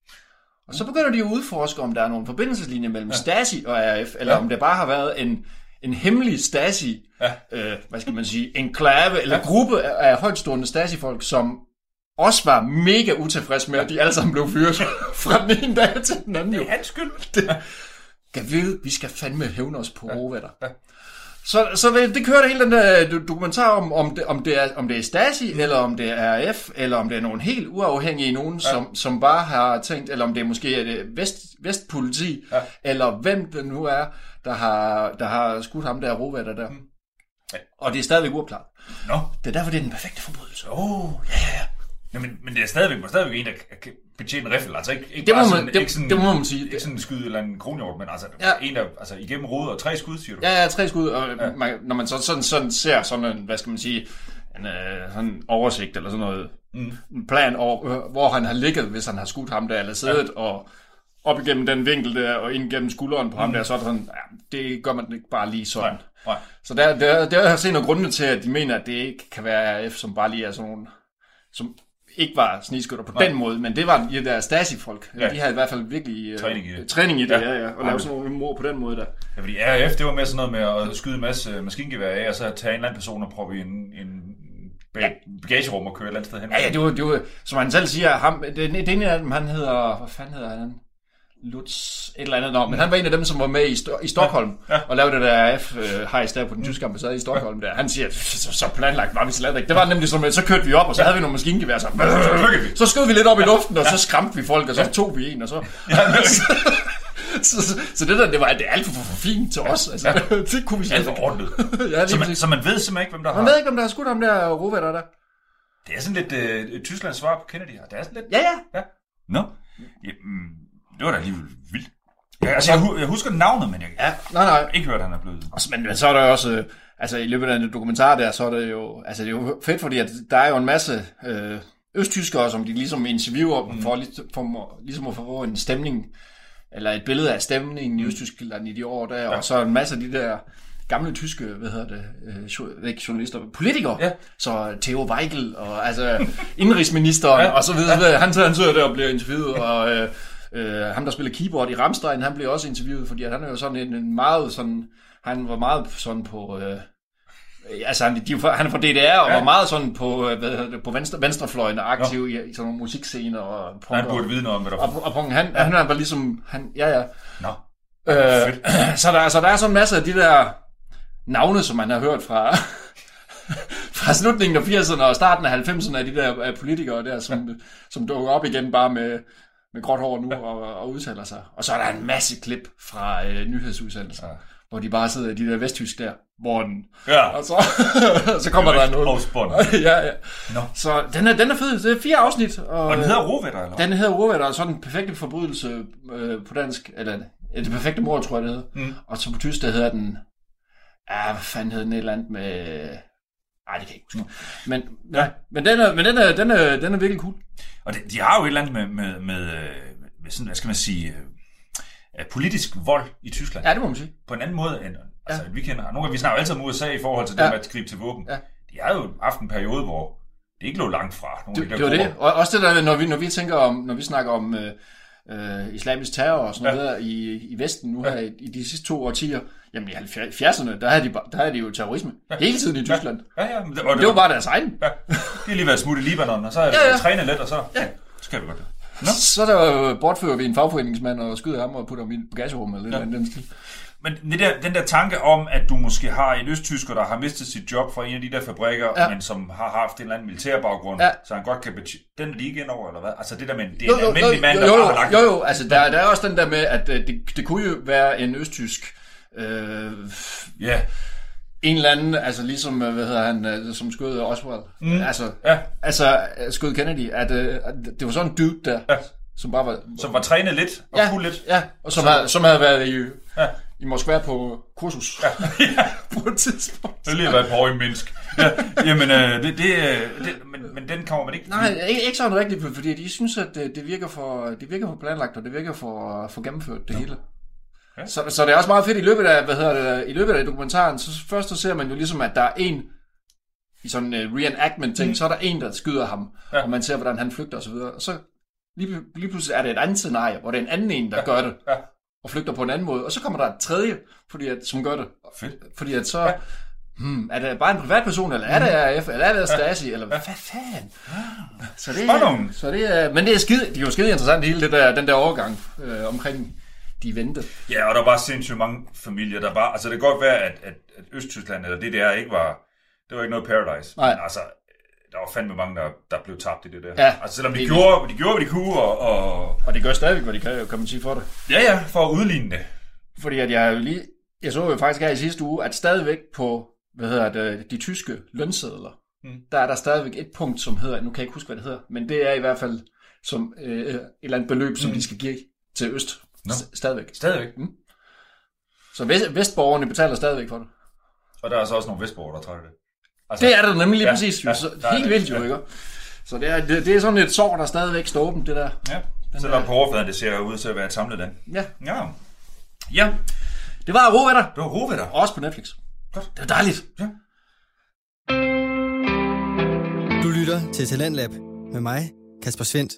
Og så begynder de at udforske, om der er nogle forbindelseslinjer mellem ja. Stasi og R A F, eller ja. om det bare har været en, en hemmelig Stasi, ja. øh, hvad skal man sige, enklave, eller ja. gruppe af, af højtstående Stasi-folk, som også var mega utilfreds med, at de alle sammen blev fyret fra den ene dag til den anden. Det er hans skyld. Det, kan vide, vi skal fandme hævne os på rovetter. Ja. Ja. Så, så det, det kører det hele den der dokumentar om, om, det, om, det er, om det er Stasi, mm. eller om det er R A F, eller om det er nogen helt uafhængige nogen, ja. som, som bare har tænkt, eller om det måske er det vest, vestpoliti, ja. eller hvem det nu er, der har, der har skudt ham der rovetter der. Mm. Ja. Og det er stadigvæk uopklaret. No. Det er derfor, det er den perfekte forbrydelse. Åh, oh, ja, ja, ja. Ja, men, men det er stadigvæk, er stadigvæk en, der kan betjene en riffel. Altså ikke, ikke det, må man, sådan, det, ikke sådan, det må man sige. Ikke sådan en skyde eller en kronhjort, men altså ja. en, der altså, igennem rodet og tre skud, siger du? Ja, ja, tre skud. Og ja. man, når man så, sådan, sådan ser sådan en, hvad skal man sige, en øh, sådan oversigt eller sådan noget, mm. en plan over, øh, hvor han har ligget, hvis han har skudt ham der, eller siddet ja. og op igennem den vinkel der, og ind gennem skulderen på ham mm. der, så er det sådan, ja, det gør man ikke bare lige sådan. Nej. Nej. Så der, der, der er set nogle grunde til, at de mener, at det ikke kan være R A F, som bare lige er sådan nogle, som ikke var snigskytter på Nej. den måde, men det var de der Stasi-folk. Ja. De havde i hvert fald virkelig uh, træning i det, træning i det ja. Ja, ja, og lave sådan nogle mord på den måde der. Ja, fordi R A F, det var mere sådan noget med at skyde en masse maskingevær af, og så tage en eller anden person og proppe i en, en ja. bagagerum og køre et eller andet sted hen. Ja, ja, det var, det var, som han selv siger, ham, det, det ene af dem, han hedder, hvad fanden hedder han? Lutz, et eller andet, nå, men han var en af dem, som var med i, Sto- i Stockholm, ja. Ja. og lavede det der R A F-hejs der på den tyske ambassade i Stockholm der. Han siger, så, så planlagt var vi slet ikke. Det var nemlig sådan, så kørte vi op, og så havde vi nogle maskingevær, så, så skød vi lidt op i luften, og så skræmte vi folk, og så tog vi en, og så... så, så, så det der, det var det er alt for, for fint til os. Altså, ja. Det kunne vi slet ikke. Alt for ordentligt. Ja, så, man, så man ved simpelthen ikke, hvem der man har... Man ved ikke, hvem der har skudt ham der rovetter der. Det er sådan lidt uh, Tysklands svar på Kennedy her. Det er sådan lidt... Ja, ja. ja. Nå, jamen, det var da alligevel vildt. Ja, altså, jeg, jeg husker navnet, men jeg ja, nej, nej. ikke hørt, at han er blevet... Men, men så er der også... Altså, i løbet af en dokumentar der, så er det jo... Altså, det er jo fedt, fordi at der er jo en masse øh, østtyskere, som de ligesom interviewer, mm. for, for ligesom at få en stemning, eller et billede af stemningen i Østtyskland i de år der, ja. Og så en masse af de der gamle tyske, hvad hedder det, øh, ikke journalister, politikere, ja. Så Theo Weigel, og altså indrigsministeren, ja. Og så videre, ja. han, han sidder der og bliver interviewet, og øh, øh, ham, der spiller keyboard i Rammstein, han bliver også interviewet, fordi at han er jo sådan en, en meget sådan, han var meget sådan på... Øh, altså han, de, han er fra D D R og ja. Var meget sådan på, hvad hedder det, på venstre, venstrefløjen og aktiv i, i sådan nogle musikscener og punk, han burde vide noget om hvad der og, og punk, han, ja. han var ligesom han, ja ja Nå. Øh, så der så der er sådan en masse af de der navne som man har hørt fra fra slutningen af firserne og starten af halvfemserne af de der politikere der som ja. Som dukker op igen bare med med gråt hår nu ja. og, og udtaler sig, og så er der en masse klip fra øh, nyhedsudsendelser. Ja. Hvor de bare sidder i de der vesttysk der, hvor den, ja. Og så, så kommer der noget. ja, ja. No. Så den er, den er fed, det er fire afsnit. Og, og den hedder Rovetter, eller? Den hedder Rovetter, og så er den perfekte forbrydelse øh, på dansk, eller ja, det perfekte mord, tror jeg det hedder. Mm. Og så på tysk, der hedder den Ja, hvad fanden hed den et eller andet med... Nej, det kan jeg ikke huske. Men, ja, men, den, er, men den, er, den, er, den er virkelig cool. Og de, de har jo et eller andet med, med, med, med sådan, hvad skal man sige, uh, politisk vold i Tyskland. Ja, det må man sige. På en anden måde end, altså, ja. vi kender. Nogle gange, vi snakker altid om U S A i forhold til ja. det med at gribe til våben. Ja. De har jo haft en periode, hvor det ikke lå langt fra nogle det, af de der det var det. Og også det der, når vi, når vi tænker om, når vi snakker om øh, øh, islamisk terror og sådan ja. noget der i, i Vesten nu ja. her i, i de sidste to årtier, jamen i halvfjerdserne, der havde de, der havde de jo terrorisme ja. hele tiden i Tyskland. Ja, ja, ja. Men det, og det, det var bare deres egen. Ja. De har lige været smut i Libanon, og så er det ja, ja. trænet lidt, og så ja. så kan vi godt det. Nå? Så der bortfører vi en fagforeningsmand og skyder ham og putter ham i et bagagerum eller ja. eller den stil. Men den der, den der tanke om, at du måske har en østtysker, der har mistet sit job fra en af de der fabrikker, ja. men som har haft en eller anden militærbaggrund, ja. så han godt kan betjene... Den er lige ind over, eller hvad? Altså det der med, det er jo, en jo, almindelig mand, der jo, jo, bare har lagt... Jo, jo, altså der, der er også den der med, at det, det kunne jo være en østtysk... Øh, yeah. En eller anden, altså ligesom, hvad hedder han, som skød Oswald. Mm. Altså, ja. altså skød Kennedy, at, at det var sådan en dude der, ja. som bare var... Som var trænet lidt og ja, kunne lidt. Ja, og som, havde, som havde været i... Ja. I Moskva på kursus. Ja, ja. på et tidspunkt. Det har lige været et par år i Minsk. Ja, jamen, øh, det, det, det, men, men den kommer man ikke... Nej, ikke, ikke sådan rigtigt, fordi de synes, at det, det, virker, for, det virker for planlagt, og det virker for, for gennemført, det ja. hele. Ja. Så, så det er også meget fedt i løbet af, hvad hedder det, i løbet af dokumentaren, så først så ser man jo ligesom, at der er en, i sådan en uh, reenactment-ting, mm. så er der en, der skyder ham, ja. og man ser, hvordan han flygter og så videre. Og så lige, lige pludselig er det et andet scenarie, hvor det er en anden en, der ja. gør det. Ja. Og flygter på en anden måde. Og så kommer der et tredje, fordi at, som gør det. Fedt. Fordi at så... Ja. Hmm, er det bare en privatperson, eller er det R F, eller er det Stasi, ja. eller hvad fanden? Ja. Så det er... Så det er men det er, skide, det er jo skide interessant, hele det der, den der overgang øh, omkring de vente. Ja, og der var sindssygt mange familier, der bare... Altså det kan godt være, at, at, at Østtyskland eller D D R ikke var... Det var ikke noget paradise. Nej. Men altså... Der var fandme mange, der, der blev tabt i det der. Ja, altså selvom de det, gjorde, de gjorde, hvad de kunne, og... Og, og det gør stadigvæk, hvad de kan, kan man sige for det. Ja, ja, for at udligne det. Fordi at jeg jo lige... Jeg så jo faktisk her i sidste uge, at stadigvæk på, hvad hedder det, de tyske lønsedler, mm. der er der stadigvæk et punkt, som hedder... Nu kan jeg ikke huske, hvad det hedder, men det er i hvert fald som øh, et eller andet beløb, som mm. de skal give til Øst. No. Stadigvæk. Stadigvæk? Mm. Så vest, vestborgerne betaler stadigvæk for det. Og der er så også nogle vestborgere, der trækker det. Altså, det er der nemlig lige ja, præcis. Ja, så, helt vildt jo, ikke? Så det er, det, det er sådan et sår, der stadigvæk står åbent, det der. Ja, selvom på overfladen, det ser ud til at være et samlet land. Ja. Ja. Ja. Det var Rovetter. Det var Rovetter. Også på Netflix. Godt. Det var dejligt. Ja. Du lytter til Talentlab med mig, Kasper Svendt.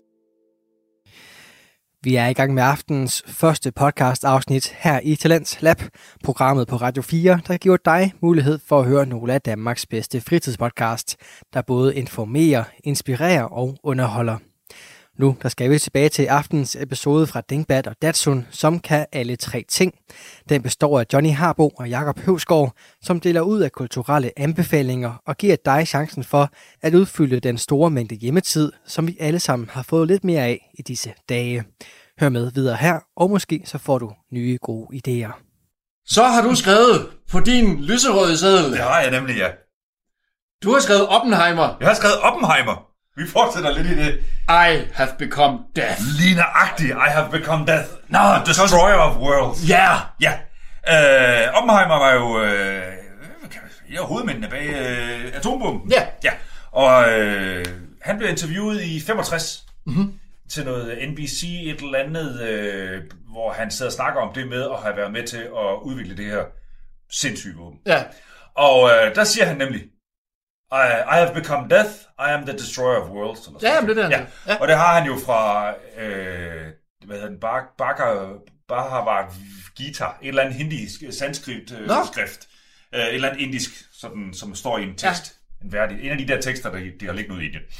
Vi er i gang med aftenens første podcast-afsnit her i Talents Lab, programmet på Radio fire, der giver dig mulighed for at høre nogle af Danmarks bedste fritidspodcast, der både informerer, inspirerer og underholder. Nu der skal vi tilbage til aftens episode fra Dingbat og Datsun, som kan alle tre ting. Den består af Johnny Harbo og Jakob Høvsgaard, som deler ud af kulturelle anbefalinger og giver dig chancen for at udfylde den store mængde hjemmetid, som vi alle sammen har fået lidt mere af i disse dage. Hør med videre her, og måske så får du nye gode idéer. Så har du skrevet på din lyserøde seddel. Det har jeg nemlig, ja. Du har skrevet Oppenheimer. Jeg har skrevet Oppenheimer. Vi fortsætter lidt i det. I have become death. Lige nøjagtigt. I have become death. No, destroyer of worlds. Ja. Yeah. Ja. Yeah. Uh, Oppenheimer var jo... Uh, jeg er hovedmændene bag uh, atombomben. Ja. Yeah. Ja. Og uh, han blev interviewet i femogtres. Mhm. Til noget N B C et eller andet, øh, hvor han sidder og snakker om det med at have været med til at udvikle det her sindssyge våben. Ja. Og øh, der siger han nemlig, I, I have become death, I am the destroyer of worlds. Eller ja, men det der. Ja. Ja. Og det har han jo fra, øh, hvad hedder den, Bhagavad Gita, et eller andet hindisk sanskrit øh, skrift. Øh, et eller andet indisk, sådan, som står i en tekst. Ja. En, værdig, en af de der tekster, der de har liggende ud i Indien.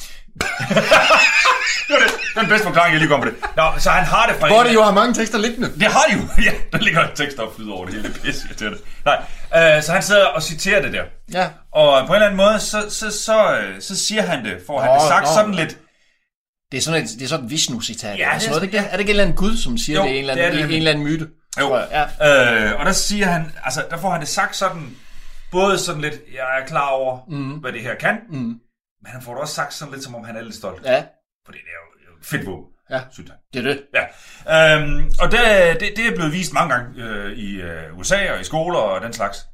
Det var det. Den bedste forklaring, jeg lige kom på det. Nå, så han har det fra... Hvor det jo har mange tekster liggende. Det har de jo. Ja, der ligger en tekst opflydet over det hele. Det er pisse, til det. Nej, øh, så han sidder og citerer det der. Ja. Og på en eller anden måde, så, så, så, så siger han det, for han har sagt nå, sådan lidt... Det er sådan et, det er sådan et Vishnu-citat. Ja, det er, er, det ikke, er det ikke en eller anden gud, som siger jo, det? Er en eller anden, det det, en eller anden myte? Jo. Ja. Øh, og der siger han... Altså, der får han det sagt sådan... Både sådan lidt, jeg er klar over, mm. hvad det her kan. Mm. Men han får det også sagt sådan lidt, som om han er lidt stolt. Ja. Fordi det er jo et fedt våben, ja. synes han. Det er det. Ja. Øhm, og det, det, det er blevet vist mange gange øh, i øh, U S A og i skoler og den slags.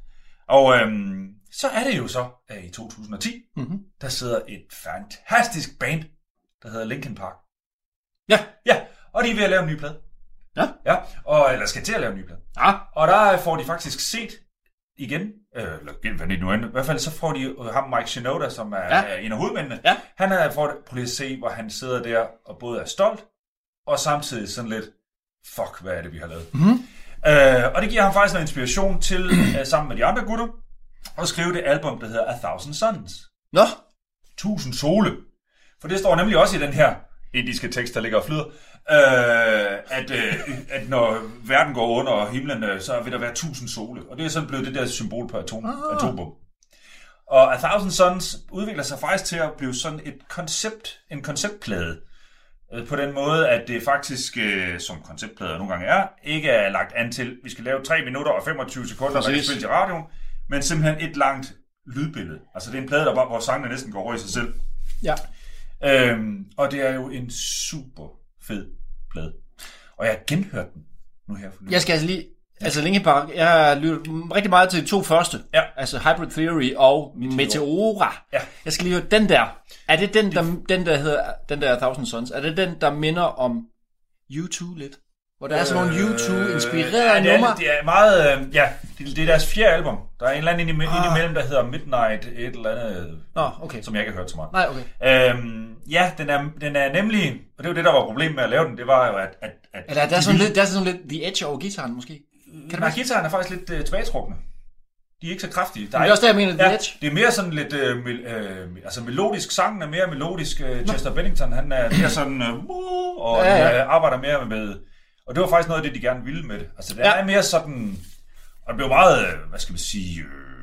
Og øhm, så er det jo så, at i to tusind og ti, Mm-hmm. der sidder et fantastisk band, der hedder Linkin Park. Ja. Ja, og de er ved at lave en ny plade. Ja. Ja, og, eller skal til at lave en ny plade. Ja. Og der får de faktisk set igen, øh, eller hvad det nu end, i hvert fald så får de øh, ham Mike Shinoda, som er, Ja. er en af hovedmændene. Ja. Han er for prøv lige at se, hvor han sidder der og både er stolt, og samtidig sådan lidt, fuck, hvad er det, vi har lavet. Mm-hmm. Øh, og det giver ham faktisk noget inspiration til, øh, sammen med de andre gutter, at skrive det album, der hedder A Thousand Suns. Nå. Tusind sole. For det står nemlig også i den her indiske tekst, der ligger og flyder, øh, at, øh, at når verden går under og himlen, øh, så vil der være tusind sole. Og det er sådan blevet det der symbol på atom, Ah. atombom. Og A Thousand Suns udvikler sig faktisk til at blive sådan et koncept, en konceptplade. Øh, På den måde, at det faktisk, øh, som konceptplader nogle gange er, ikke er lagt an til, vi skal lave tre minutter og femogtyve sekunder, der kan Præcis. spille i radioen, men simpelthen et langt lydbillede. Altså det er en plade, der bare, hvor sangene næsten går over i sig selv. Ja. Øhm, og det er jo en super fed plade. Og jeg har genhørt den nu her. For Jeg skal altså lige... Altså Linkin Park, jeg har lyttet rigtig meget til de to første. Ja. Altså Hybrid Theory og Meteora. Ja. Jeg skal lige høre den der. Er det den, der, den der hedder, den der Thousand Suns, er det den, der minder om U to lidt? Hvor der er sådan nogle U to-inspirerede ja, det er, numre? det er meget... Øh, ja, det, det er deres fjerde album. Der er en eller anden inde, Ah. imellem, der hedder Midnight et eller andet, Nå, okay. som jeg ikke har hørt så meget. Nej, okay. Øhm, ja, den er, den er nemlig... Og det var det, der var problemet med at lave den. Det var jo, at... at, at Eller der er sådan lidt, der er sådan lidt The Edge over gitaren måske. Kan Nej, guitaren er faktisk lidt øh, tilbagetrukne. De er ikke så kraftige. Der Men det er også der, jeg mener, The ja, Edge. det er mere sådan lidt øh, mel, øh, altså melodisk. Sangen er mere melodisk. Øh, Chester Bennington, han er mere sådan... Øh, og Ja, ja. ja, ja. arbejder mere med... Og det var faktisk noget af det, de gerne ville med det. Altså, det Ja. er mere sådan... Og det blev meget, øh, hvad skal man sige...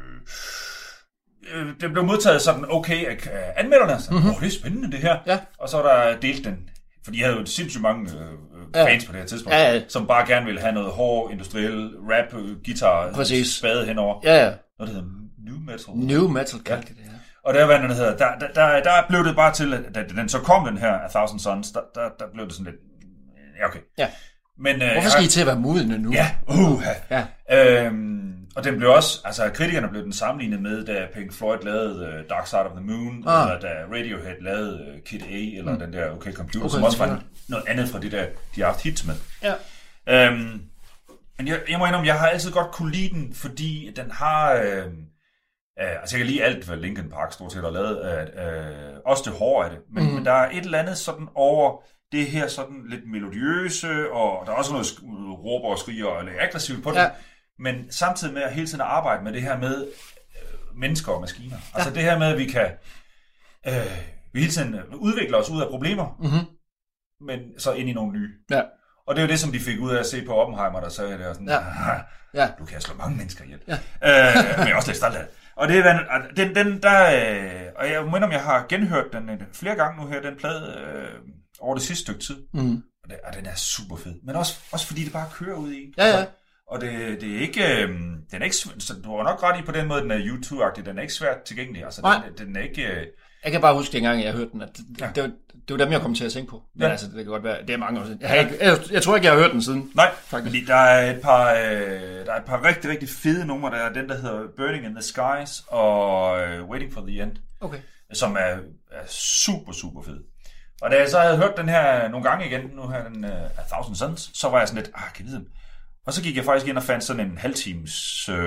Øh, øh, det blev modtaget sådan okay af af anmelderne. Så, mm-hmm. Åh, det er spændende, det her. Ja. Og så er der delt den. For de havde jo sindssygt mange øh, Ja. fans på det her tidspunkt, Ja, ja. som bare gerne ville have noget hård, industriel rap, øh, guitar, Præcis. spade henover. Ja, ja. Noget, der hedder new metal. New metal kaldte det, ja. Og der, hvad den hedder, der, der, der, der blev det bare til, at da den så kom, den her A Thousand Suns, der, der, der blev det sådan lidt... Ja, okay. Ja. Men, øh, Hvorfor skal I til at være modne nu? Ja, uh, Ja. Øhm, og den blev også, altså kritikerne blev den sammenlignet med, da Pink Floyd lavede uh, Dark Side of the Moon, Ah. eller da Radiohead lavede uh, Kid A, eller mm. den der OK Computer, Okay, som også var Computer. noget andet fra det der, de har haft hits med. Ja. Øhm, men jeg, jeg må indrømme, jeg har altid godt kunne lide den, fordi den har... Øh, øh, altså jeg kan lide alt, hvad Linkin Park stort set har lavet, øh, øh, også det hårde af det, men, mm. men der er et eller andet sådan over det her sådan lidt melodiøse, og der er også noget sk- råber og skriger og lidt aggressivt på det, Ja. men samtidig med at hele tiden arbejde med det her med øh, mennesker og maskiner. Altså det her med, at vi kan øh, vi hele tiden udvikler os ud af problemer, Mm-hmm. men så ind i nogle nye. Ja. Og det er jo det, som de fik ud af at se på Oppenheimer, der sagde det, og sådan, Ja. Ja. du kan slå mange mennesker ihjel. Ja. Øh, men jeg er også lidt stolt af det. Og det er, den, den der, øh, og jeg mener, om jeg har genhørt den øh, flere gange nu her, den plade, øh, over det sidste stykke tid. Mm. Og, det, og den er super fed. Men også, også fordi det bare kører ud i en. Ja, ja. Og det, det er ikke, øh, den er ikke, så du har nok ret i på den måde, den er U to-agtig, den er ikke svært tilgængelig. Altså, Nej. den, den er ikke... Øh, Jeg kan bare huske dengang, jeg hørte den, at det, Ja. det, var, det var dem, jeg kom til at tænke på. Men Ja. altså, det kan godt være, det er mange år siden. Jeg, har ikke, jeg, jeg tror ikke, jeg har hørt den siden. Nej, Faktisk. fordi der er et par, øh, der er et par rigtig, rigtig fede numre. Der er den, der hedder Burning in the Skies og øh, Waiting for the End, Okay. som er, er super, super fed. Og da jeg så havde hørt den her nogle gange igen, nu her den uh, A Thousand Suns, så var jeg sådan lidt, ah, kan jeg vide dem? Og så gik jeg faktisk ind og fandt sådan en halvtimes, øh,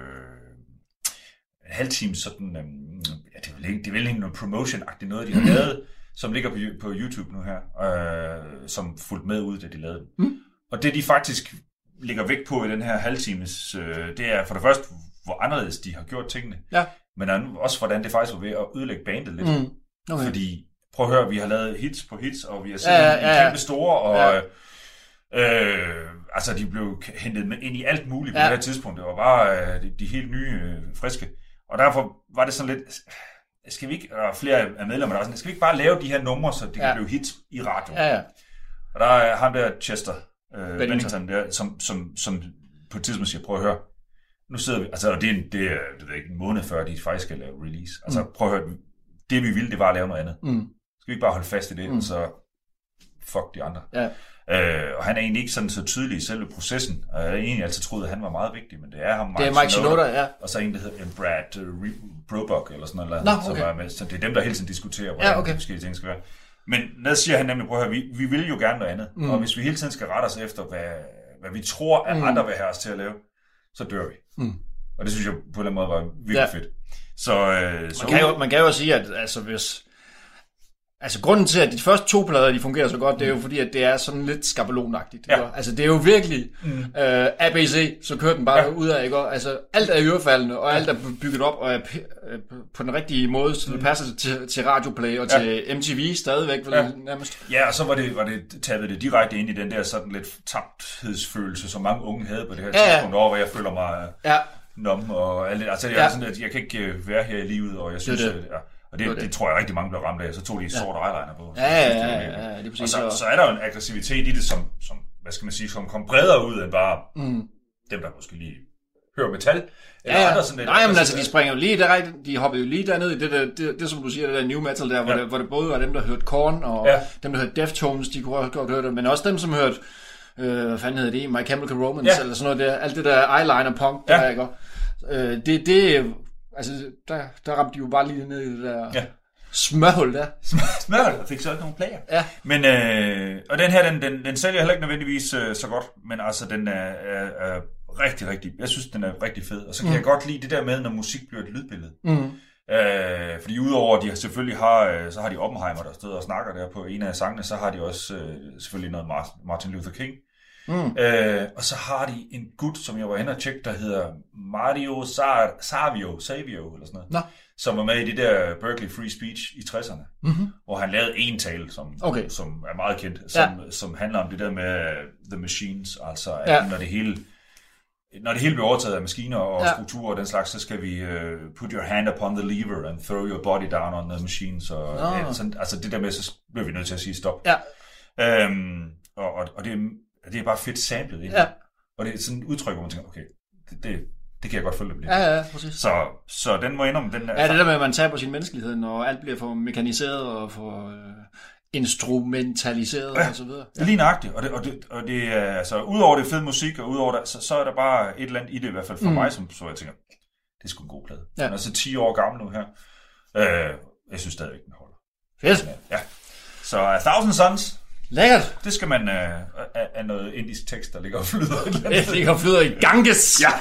en halvtimes sådan, øh, ja, det er vel ikke, det er vel ikke noget promotion-agtigt noget, de har lavet, som ligger på, på YouTube nu her, øh, som fulgte med ud, da de lavede den. Mm. Og det de faktisk ligger vægt på i den her halvtimes, øh, det er for det første, hvor anderledes de har gjort tingene, Ja. men også hvordan det faktisk var ved at ødelægge bandet lidt. Mm. Okay. Fordi, prøv at høre, vi har lavet hits på hits, og vi har set Ja, ja, ja, ja, ja. en kæmpe store, og Ja. øh, altså de blev hentet med ind i alt muligt på Ja. det her tidspunkt. Det var bare øh, de, de helt nye, øh, friske. Og derfor var det sådan lidt, skal vi ikke, og flere af medlemmer der også, sådan, skal vi ikke bare lave de her numre, så det Ja. kan blive hits i radioen? Ja, ja. Og der er ham der, Chester øh, Bennington. Bennington, der, som, som, som på et tidspunkt siger, prøv at høre, nu sidder vi, altså og det er, en, det er det er ikke en måned før, de faktisk skal lave release. Altså Mm. prøv at høre, det vi ville, det var at lave noget andet. Mm. Skal vi ikke bare holde fast i det, Mm. og så fuck de andre. Ja. Øh, og han er egentlig ikke sådan så tydelig i selve processen. Og jeg har egentlig altid troet, at han var meget vigtig, men det er ham, Det er Mike Shinoda, ja. Og så en, der hedder Brad uh, Brobuck, eller sådan noget, Nå, som okay. er med. Så det er dem, der hele tiden diskuterer, hvordan ja, okay. de forskellige ting skal være. Men der siger han nemlig, prøv at høre, vi, vi vil jo gerne noget andet. Mm. Og hvis vi hele tiden skal rette os efter, hvad, hvad vi tror, at mm. andre vil have os til at lave, så dør vi. Mm. Og det synes jeg på en eller anden måde var virkelig ja. fedt. Så, øh, så man, kan jo, man kan jo sige, at altså, hvis... Altså, grunden til, at de første to plader, de fungerer så godt, det er jo fordi, at det er sådan lidt skabelonagtigt. Ja. Altså, det er jo virkelig mm. øh, A B C, så kører den bare ja. ud af, ikke? Altså, alt er ørefaldende, og alt er bygget op, og er p- på den rigtige måde, så det mm. passer til, til radioplay og ja. til M T V stadigvæk, ja. nærmest. Ja, og så var det, var det taget det direkte ind i den der sådan lidt tabthedsfølelse, som mange unge havde på det her ja, ja. tidspunkt over, hvor jeg føler mig ja. nom og alt det. Altså, det er ja. sådan, at jeg kan ikke være her i livet, og jeg synes, det, det. at... Ja. Og det, det, det tror jeg rigtig mange blev ramt af, så tog de ja. sort eyeliner på. Ja, ja, ja, ja, ja, det er præcis. Og så, så er der jo en aggressivitet i det, som, som hvad skal man sige, som kom bredere ud end bare mm. dem, der måske lige hører metal. Eller ja, andre sådan lidt. Nej, men altså, de springer jo lige der, de hopper jo lige derned i det, der, det, det som du siger, det der new metal der, hvor, ja. det, hvor det både var dem, der hørte Korn, og ja. dem, der hørte Deftones, de kunne godt høre det, men også dem, som hørte, øh, hvad fanden hedder det, My Chemical Romance, ja. eller sådan noget der, alt det der eyeliner punk, der, ja. ikke? Øh, det, det, altså, der, der ramte de jo bare lige ned i det der... Ja. Smørhul der. Smørhul, og fik så ikke nogen plager. Ja. Men, øh, og den her, den, den, den sælger heller ikke nødvendigvis øh, så godt, men altså, den er, er, er rigtig, rigtig, jeg synes, den er rigtig fed. Og så kan mm. jeg godt lide det der med, når musik bliver et lydbillede. Mm. Øh, fordi udover, at de selvfølgelig har, øh, så har de Oppenheimer, der stod og snakker der på en af sangene, så har de også øh, selvfølgelig noget Martin Luther King. Mm. Øh, og så har de en gut, som jeg var henne og tjekke, der hedder Mario Sar- Savio, Savio, eller sådan noget. Nå. Som var med i det der Berkeley Free Speech i tresserne, mm-hmm. hvor han lavede en tale, som, okay. som er meget kendt, som, ja. som handler om det der med The Machines, altså at ja. når det hele når det hele bliver overtaget af maskiner og ja. strukturer og den slags, så skal vi uh, put your hand upon the lever and throw your body down on the machines, og oh. ja, sådan, altså det der med, så bliver vi nødt til at sige stop. Ja. Øhm, og, og, og det, er, det er bare fedt samlet i det. Ja. Og det er sådan et udtryk, hvor man tænker, okay, det, det Det kan jeg godt følge det. Ja, ja, præcis. Så, så den må indom, den er... Ja, det der med, at man taber sin menneskelighed, når alt bliver for mekaniseret og for øh, instrumentaliseret ja, og så videre. Det er lige nøjagtigt, og det, og det, og det er, altså, udover det fed musik, og udover det, så, så er der bare et eller andet i det, i hvert fald for mm. mig, som så jeg tænker, det er sgu en god plade. Ja. Den er så ti år gammel nu her. Øh, jeg synes stadigvæk, den holder. Fedt. Ja. Så uh, Thousand Suns. Lækkert. Det skal man af uh, uh, noget indisk tekst, der ligger og flyder. Det ligger og flyder i Ganges. Ja.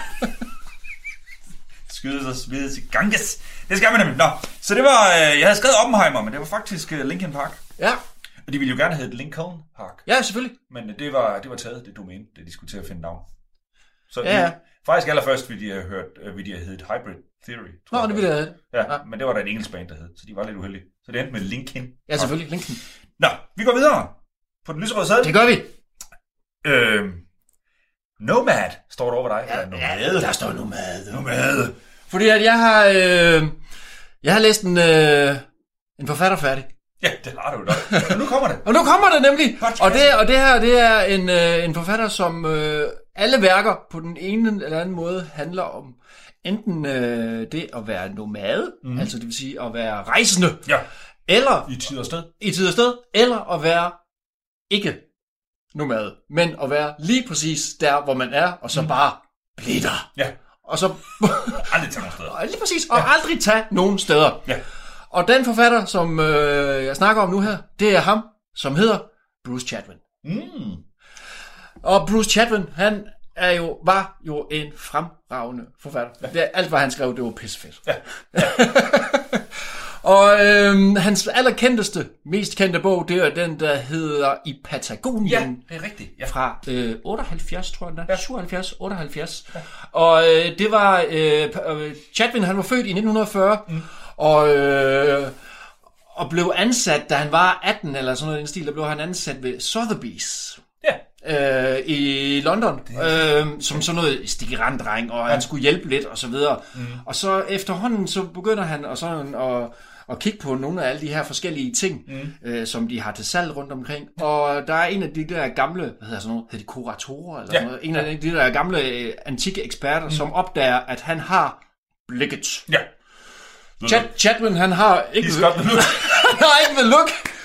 Skydes og smides i Ganges. Det skal man nemlig. Nå, så det var, øh, jeg havde skrevet Oppenheimer, men det var faktisk øh, Linkin Park. Ja. Og de ville jo gerne hedde Lincoln Park. Ja, selvfølgelig. Men øh, det var det var taget, det domæne, det de skulle til at finde navn. Så ja, ja. De, faktisk allerførst ville de have hørt, øh, ville de have heddet Hybrid Theory. Nå, det ville jeg have. Ja, ja, men det var der en engelsk band, der hed, så de var lidt uheldige. Så det endte med Linkin Park. Ja, selvfølgelig, Linkin. Nå, vi går videre på den lyserøde sæde. Det gør vi. Øh, Nomad står der over dig. Ja, Nomad. Der står Nomad. Nomad. Fordi at jeg har, øh, jeg har læst en, øh, en forfatter færdig. Ja, det har du da. Og nu kommer det. Og nu kommer det nemlig. Og det, og det her, det er en, øh, en forfatter, som øh, alle værker på den ene eller anden måde handler om enten øh, det at være nomade, mm. altså det vil sige at være rejsende, ja. eller i tid og sted, i tid og sted, eller at være ikke nomade, men at være lige præcis der, hvor man er, og så mm. bare blive der. Ja. Og så aldrig tage nogen steder. Lige præcis, og ja. aldrig tage nogen steder. Ja. Og den forfatter, som øh, jeg snakker om nu her, det er ham, som hedder Bruce Chatwin. Mm. Og Bruce Chatwin, han er jo, var jo en fremragende forfatter. Ja. Det, alt, hvad han skrev, det var pissefedt. Ja. Ja. Og øh, hans allerkendteste, mest kendte bog, det er den, der hedder I Patagonien. Ja, det er rigtigt. Ja. Fra øh, otteoghalvfjerds, tror jeg, ja. syvoghalvfjerds, otteoghalvfjerds. Ja. Og øh, det var, øh, Chatwin, han var født i nitten fyrre, mm. og, øh, og blev ansat, da han var atten, eller sådan noget i den stil, der blev han ansat ved Sotheby's. Ja. Øh, i London, øh, som sådan noget stikiranddreng, og ja. han skulle hjælpe lidt, og så videre. Mm. Og så efterhånden, så begynder han og sådan at, at kigge på nogle af alle de her forskellige ting, mm. øh, som de har til salg rundt omkring. Og der er en af de der gamle, hvad hedder sådan noget, hedder de kuratorer, eller ja. sådan noget, en af de der gamle øh, antikke eksperter, mm. som opdager, at han har blikket. Ja. Chat, Chatwin, han har ikke the look. han har ikke the look,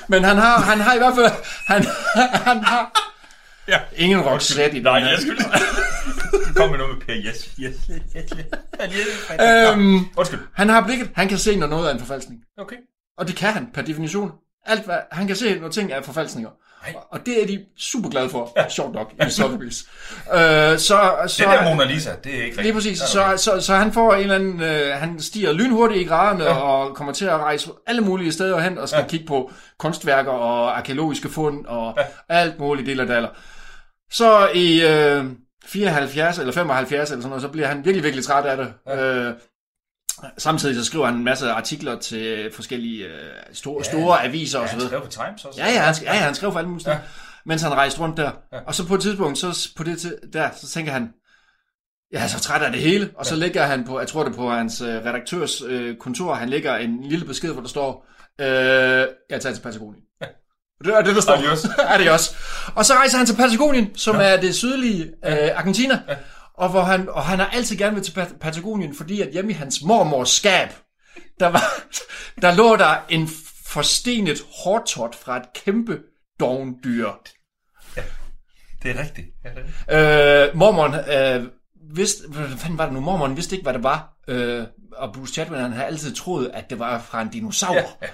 Men han har, han har i hvert fald... Han, han har... Ja. Ingen Roxette i Nej, den jeg her. skulle... Kom med noget med Per. Yes, yes, yes, yes. Øhm, Undskyld. han har blikket. Han kan se, når noget er en forfalskning. Okay. Og det kan han, per definition. Alt, hvad han kan se, når ting er forfalskninger. Nej. Og det er de super glade for. Ja. Sjovt nok, i Sotheby's. øh, så, så, det der Mona Lisa, det er ikke rigtigt. Lige præcis. Så, så, så han får en eller anden... Øh, han stiger lynhurtigt i graderne ja. og kommer til at rejse alle mulige steder hen og skal ja. kigge på kunstværker og arkeologiske fund og ja. alt muligt del af daller. Så i øh, fireoghalvfjerds eller femoghalvfjerds eller sådan noget, så bliver han virkelig, virkelig træt af det. Ja. Øh, samtidig så skriver han en masse artikler til forskellige øh, store, ja. store aviser ja, og så videre. Han skrev på Times også. Ja, ja, han, ja, ja, han skrev for alle mulige steder, ja. mens han rejste rundt der. Ja. Og så på et tidspunkt, så på det der, så tænker han, jeg er så træt af det hele. Og så ja. lægger han på, jeg tror det på hans øh, redaktørs øh, kontor, han lægger en lille besked, hvor der står, øh, jeg tager til Patagonien. Ja. Det er det, der står. Adios. Adios. Og så rejser han til Patagonien, som ja. er det sydlige øh, Argentina. Ja. Og, hvor han, og han har altid gerne været til Patagonien, fordi at hjemme i hans mormors skab, der, var, der lå der en forstenet hårtot fra et kæmpe dovendyr. Ja, det er rigtigt. Ja, det er rigtigt. Øh, mormoren øh, vidste, hvad fanden var det nu? Mormoren vidste ikke, hvad det var. Øh, og Bruce Chatwin, han havde altid troet, at det var fra en dinosaur. Ja, ja.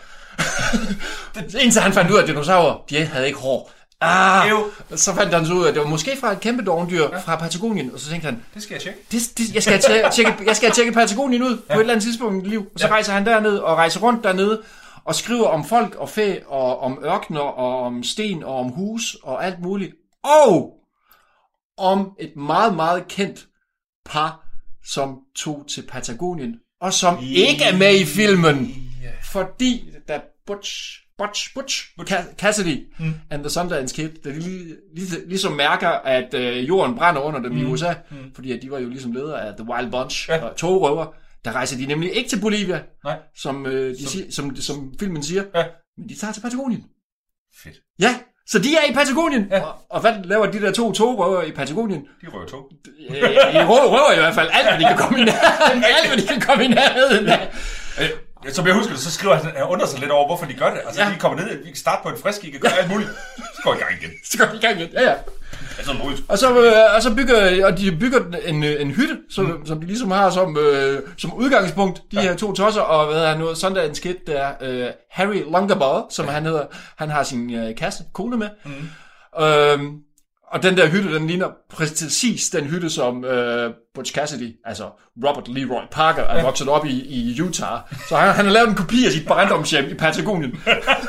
Indtil han fandt ud af, at dinosaurer, de havde ikke hår. Ah, så fandt han så ud af, at det var måske fra et kæmpe dovendyr ja. fra Patagonien, og så tænkte han, det skal jeg tjekke. Det, det, jeg, skal tjekke jeg skal tjekke Patagonien ud ja. på et eller andet tidspunkt i mit liv. Og så ja. rejser han derned og rejser rundt dernede og skriver om folk og fæ og om ørkener og om sten og om hus og alt muligt. Og om et meget, meget kendt par, som tog til Patagonien og som yeah. ikke er med i filmen, yeah. fordi da Butch Butch, Butch, Butch. Cassidy mm. and the Sundance Kid, der lige, lige, ligesom mærker, at øh, jorden brænder under dem mm. i U S A, mm. fordi at de var jo ligesom ledere af The Wild Bunch ja. og togrøver. Der rejser de nemlig ikke til Bolivia, Nej. Som, øh, de som... Siger, som, som filmen siger, ja. men de tager til Patagonien. Fedt. Ja, så de er i Patagonien. Ja. Og, og hvad laver de der to togrøver i Patagonien? De røver tog. De, de røver i hvert fald alt, hvad de kan komme i nærheden. alt, hvad de kan komme i nærheden af. Som jeg husker det, så skriver han, han undrer sig lidt over, hvorfor de gør det. Altså, ja. de kommer ned, vi kan starte på en frisk, I kan gøre alt muligt. Så går i gang igen. Så går i gang igen, ja, ja. Altså, og, så, øh, og så bygger, og de bygger en, en hytte, som, mm. som de ligesom har som, øh, som udgangspunkt, de ja. her to tosser, og hvad er noget, Sundance Kid, der øh, Harry Longabaugh, som ja. han hedder, han har sin øh, kæreste, kone med. Mm. Øhm, Og den der hytte, den ligner præcis den hytte, som øh, Butch Cassidy, altså Robert Leroy Parker, er vokset op i, i Utah. Så han, han har lavet en kopi af sit barndomshjem i Patagonien.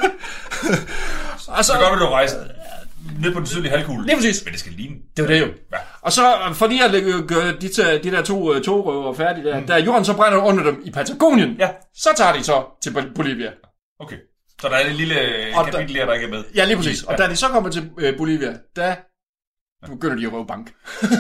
Og så gør du rejse ned på den sydlige halvkugle. Lige præcis. Men det skal ligne. Det var det jo. Ja. Og så for lige at gøre de, de der to togrøver færdige, der, mm. der jorden så brænder under dem i Patagonien, ja. så tager de så til Bolivia. Okay. Så der er en lille kapitel her, der ikke er med. Ja, lige præcis. Ja. Og da de så kommer til øh, Bolivia, der begynder de at røve bank.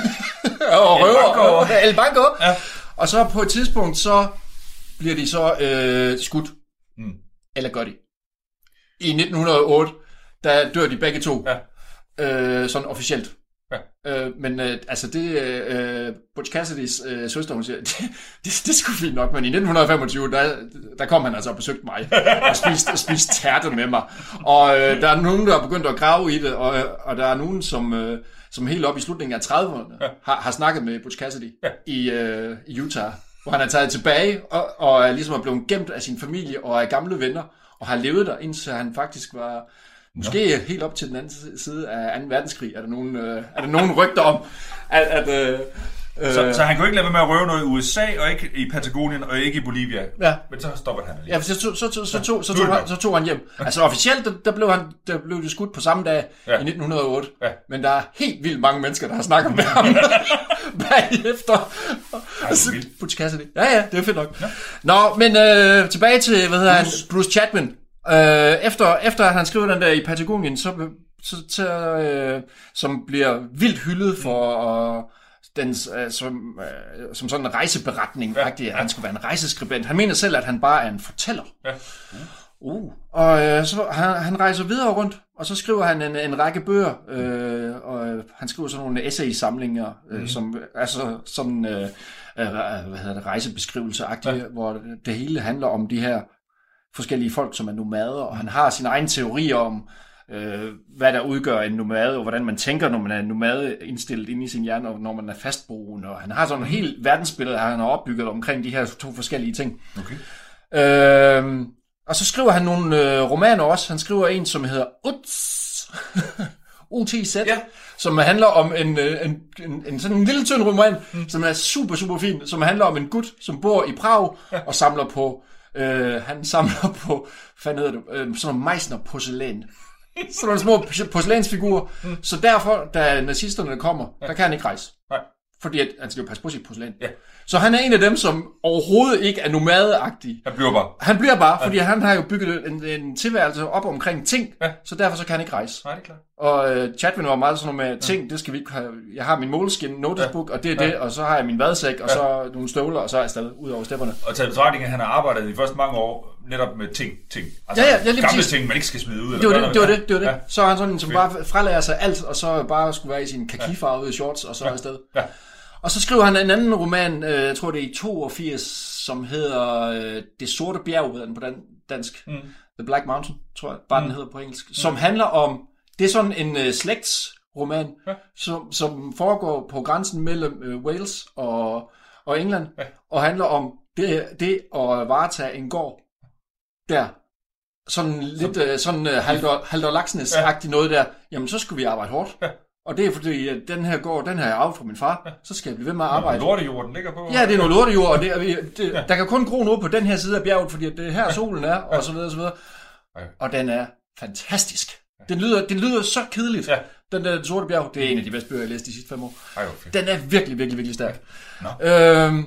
og røver El Banco. Ja. Og så på et tidspunkt, så bliver de så øh, skudt. Mm. Eller gør de. I nitten hundrede og otte, der dør de begge to. Ja. Øh, sådan officielt. Ja. Øh, men øh, altså det, øh, Butch Cassidys øh, søster, hun siger, det, det, det er sgu fint nok, men i nitten femogtyve, der, der kom han altså og besøgte mig, og spiste, spiste tærte med mig. Og øh, der er nogen, der er begyndt at grave i det, og, og der er nogen, som, øh, som helt op i slutningen af trediverne ja. har, har snakket med Butch Cassidy ja. i, øh, i Utah, hvor han er taget tilbage, og, og er ligesom er blevet gemt af sin familie og af gamle venner, og har levet der, indtil han faktisk var... Måske ja. helt op til den anden side af anden verdenskrig, er der nogen, øh, er der nogen rygter om, at... at øh, så, så han kunne ikke lade være med at røve noget i U S A, og ikke i Patagonien, og ikke i Bolivia. Ja. Men så stopper han. Ja, så, så, så, så, så, tog, så, tog, han, så tog han hjem. Altså officielt, der, der, blev han, der blev det skudt på samme dag ja. i nitten hundrede og otte. Ja. Men der er helt vildt mange mennesker, der har snakket med ham bagefter. Butch Cassidy. Ja, ja, det er fedt nok. Ja. Nå, men øh, tilbage til, hvad hedder han, Bruce Chatwin. Øh, efter, efter at han skriver den der i Patagonien, så, så, så øh, som bliver vildt hyldet for øh, den, øh, som, øh, som sådan en rejseberetning, ja, ja. Han skulle være en rejseskribent. Han mener selv, at han bare er en fortæller. Ja. Uh. Og øh, så han, han rejser videre rundt, og så skriver han en, en række bøger, øh, og øh, han skriver sådan nogle essay-samlinger, øh, mm. som altså sådan øh, øh, hvad hedder det, rejsebeskrivelser-agtige, ja. hvor det hele handler om de her forskellige folk, som er nomader, og han har sine egne teorier om, øh, hvad der udgør en nomade, og hvordan man tænker, når man er nomade indstillet ind i sin hjerne, og når man er fastboende, og han har sådan en helt verdensbillede, han har opbygget omkring de her to forskellige ting. Okay. Øh, og så skriver han nogle øh, romaner også. Han skriver en, som hedder Uts, U T Z, ja. Som handler om en, en, en, en sådan en lille tynd roman, mm. som er super, super fin, som handler om en gut, som bor i Prag, ja. Og samler på, øh, han samler på, hvad hedder det, øh, sådan nogle Meissner-porcelæn. Sådan nogle små porcelænsfigurer. Mm. Så derfor, da nazisterne kommer, ja. Der kan han ikke rejse. Nej. Fordi at, han skal jo passe på sit porcelæn. Ja. Så han er en af dem, som overhovedet ikke er nomadeagtig. Han bliver bare. Han bliver bare, fordi ja. Han har jo bygget en, en tilværelse op omkring ting, ja. Så derfor så kan han ikke rejse. Nej, det er klart. Og uh, Chatwin var meget sådan noget med ting, ja. Det skal vi ikke have. Jeg har min Moleskine notesbook, ja. Og det er ja. Det, og så har jeg min vadsæk, og ja. Så nogle støvler, og så er jeg stadig ud over stepperne. Og til betragtning, at han har arbejdet de første mange år netop med ting, ting. Altså ja, ja, ja, gamle præcis. Ting, man ikke skal smide ud. Det var det, det, var det, det, var det. Ja. Så er han sådan, som bare fralærer sig alt, og så bare skulle være i sin kakifarvede shorts, og så er afsted. Ja. Og så skriver han en anden roman, øh, jeg tror det er i toogfirs, som hedder øh, Det sorte bjerg, ved den på dansk. Mm. The Black Mountain, tror jeg, bare mm. den hedder på engelsk. Som mm. handler om, det er sådan en øh, slægtsroman, ja. som, som foregår på grænsen mellem øh, Wales og, og England, ja. Og handler om det, det at varetage en gård der. Sådan lidt øh, sådan øh, Halder, Halder Laxness-agtigt ja. Noget der. Jamen, så skulle vi arbejde hårdt. Ja. Og det er fordi, at den her gård, den har jeg arvet fra min far, ja. Så skal jeg blive ved med at arbejde. Det er lortejord, den ligger på. Ja, det er noget lortejord, og det, det, ja. Der kan kun gro noget på den her side af bjerget, fordi det er her solen er, og så videre, og så videre. Ja. Og den er fantastisk. Ja. Den lyder, det lyder så kedeligt. Ja. Den der sorte bjerg, det er en af de bedste bøger, jeg læste de sidste fem år. Ja, okay. Den er virkelig, virkelig, virkelig stærk. No. Øhm,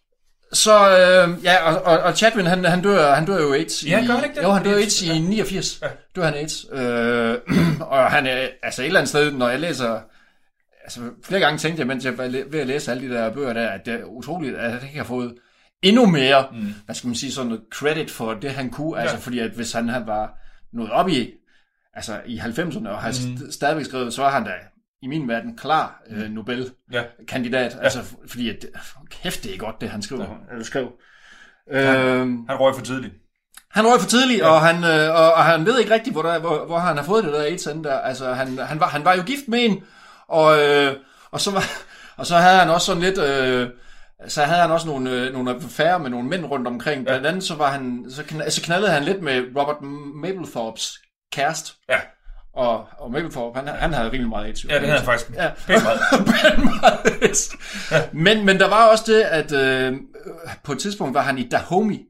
så, øh, ja, og, og, og Chatwin, han, han, dør, han dør jo AIDS. Ja, gør han ikke det? Jo, han dør AIDS i niogfirs. Ja. Dør han AIDS. Øh, og han er, altså et eller andet sted, når jeg læser... Altså, flere gange tænkte jeg, mens jeg var ved at læse alle de der bøger der, at det er utroligt, at han ikke har fået endnu mere, mm. hvad skal man sige, sådan noget credit for det, han kunne. Ja. Altså, fordi at hvis han, han var nået op i, altså i halvfemserne, og har mm. stadigvæk skrevet, så var han da i min verden klar øh, Nobel-kandidat. Ja. Altså, fordi at, kæft, det er godt, det han skriver. Ja. Eller skrev. Han, øhm, han røg for tidligt. Han røg for tidligt, ja. og, han, øh, og, og han ved ikke rigtigt, hvor, der, hvor, hvor han har fået det der AIDS der. Altså, han, han, var, han var jo gift med en, Og, øh, og, så var, og så havde han også sådan lidt, øh, så havde han også nogle, øh, nogle affærer med nogle mænd rundt omkring. Blandt andet så, var han, så, kn- så knaldede han lidt med Robert Mapplethorpes kæreste. Ja. Og, og Mapplethorpe, han, han havde rimelig meget AIDS. Ja, det havde han faktisk. Ja. Pænt meget. Pænt meget AIDS. Ja. Men, men der var også det, at øh, på et tidspunkt var han i Dahomey.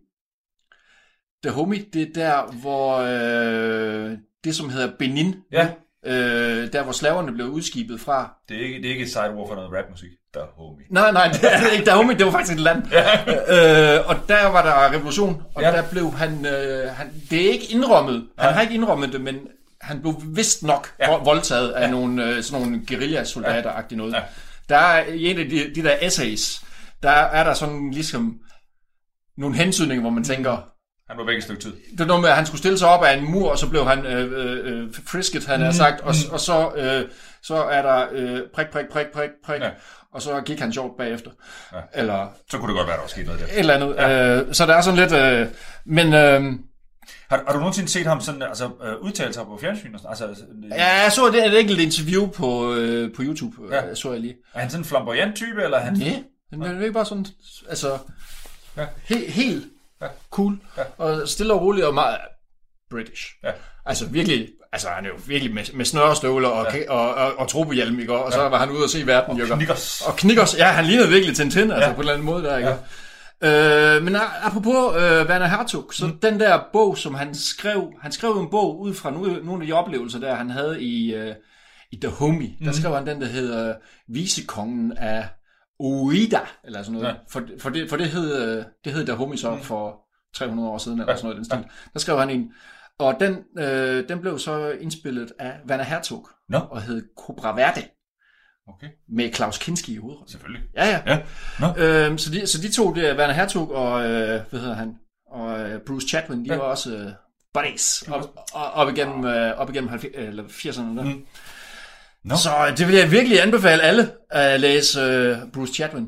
Dahomey, det er der, hvor øh, det som hedder Benin. Ja. Øh, der hvor slaverne blev udskibet fra. Det er ikke, det er ikke et sejt ord for noget rapmusik. Dahomey. Nej, nej, det er ikke Dahomey, det var faktisk et land. Ja. øh, og der var der revolution, og ja. Der blev han, øh, han, det er ikke indrømmet, han ja. Har ikke indrømmet det, men han blev vist nok ja. Voldtaget af ja. Nogle, øh, sådan nogle guerillasoldater-agtige noget. Ja. Der er i en af de, de der essays, der er der sådan ligesom nogle hensynninger, hvor man tænker, han var væk et stykke tid. Det var noget med, at han skulle stille sig op af en mur, og så blev han øh, øh, frisket, han har sagt, og, og så, øh, så er der øh, prik, prik, prik, prik, prik, ja. Og så gik han sjovt bagefter. Ja. Eller, så kunne det godt være, der var sket noget der. Et eller andet. Ja. Øh, så der er sådan lidt... Øh, men... Øh, har, har du nogensinde set ham sådan, altså, øh, udtale sig på fjernsyn? Altså, øh, ja, jeg så det et enkelt interview på, øh, på YouTube, ja. Så jeg lige. Er han sådan en flamboyant type, eller er han... Ja, han er ikke bare sådan... Altså... Ja. He, helt... Ja. Cool. Ja. Og stille og roligt og meget British. Ja. Altså virkelig, altså han er jo virkelig med, med snørestøvler og, ja. og, og, og tropehjelm, ikke? Og ja. Så var han ude at se verden, og knikkers. Og knikkers. Ja, han lignede virkelig Tintin, altså ja. På en eller anden måde der, ikke? Ja. Øh, men apropos øh, Werner Herzog, så mm. den der bog, som han skrev, han skrev en bog ud fra nogle, nogle af de oplevelser, der han havde i, øh, i Dahomey. Mm. Der skrev han den, der hedder Visekongen af Ouida, eller sådan noget. Ja. For, for, det, for det hed, det hed Dahomey så mm. for tre hundrede år siden, eller ja. Sådan noget den stil. Ja. Der skrev han en. Og den, øh, den blev så indspillet af Werner Herzog, no. Og hed Cobra Verde. Okay. Med Klaus Kinski i hovedet. Selvfølgelig. Ja, ja. ja. No. Øhm, så, de, så de to, det er Werner Herzog og, øh, hvad hedder han, og øh, Bruce Chatwin, de ja. Var også øh, buddies op, op, op igennem, øh, op igennem firserne der. Mm. No. Så det vil jeg virkelig anbefale alle at læse uh, Bruce Chatwin. Ja.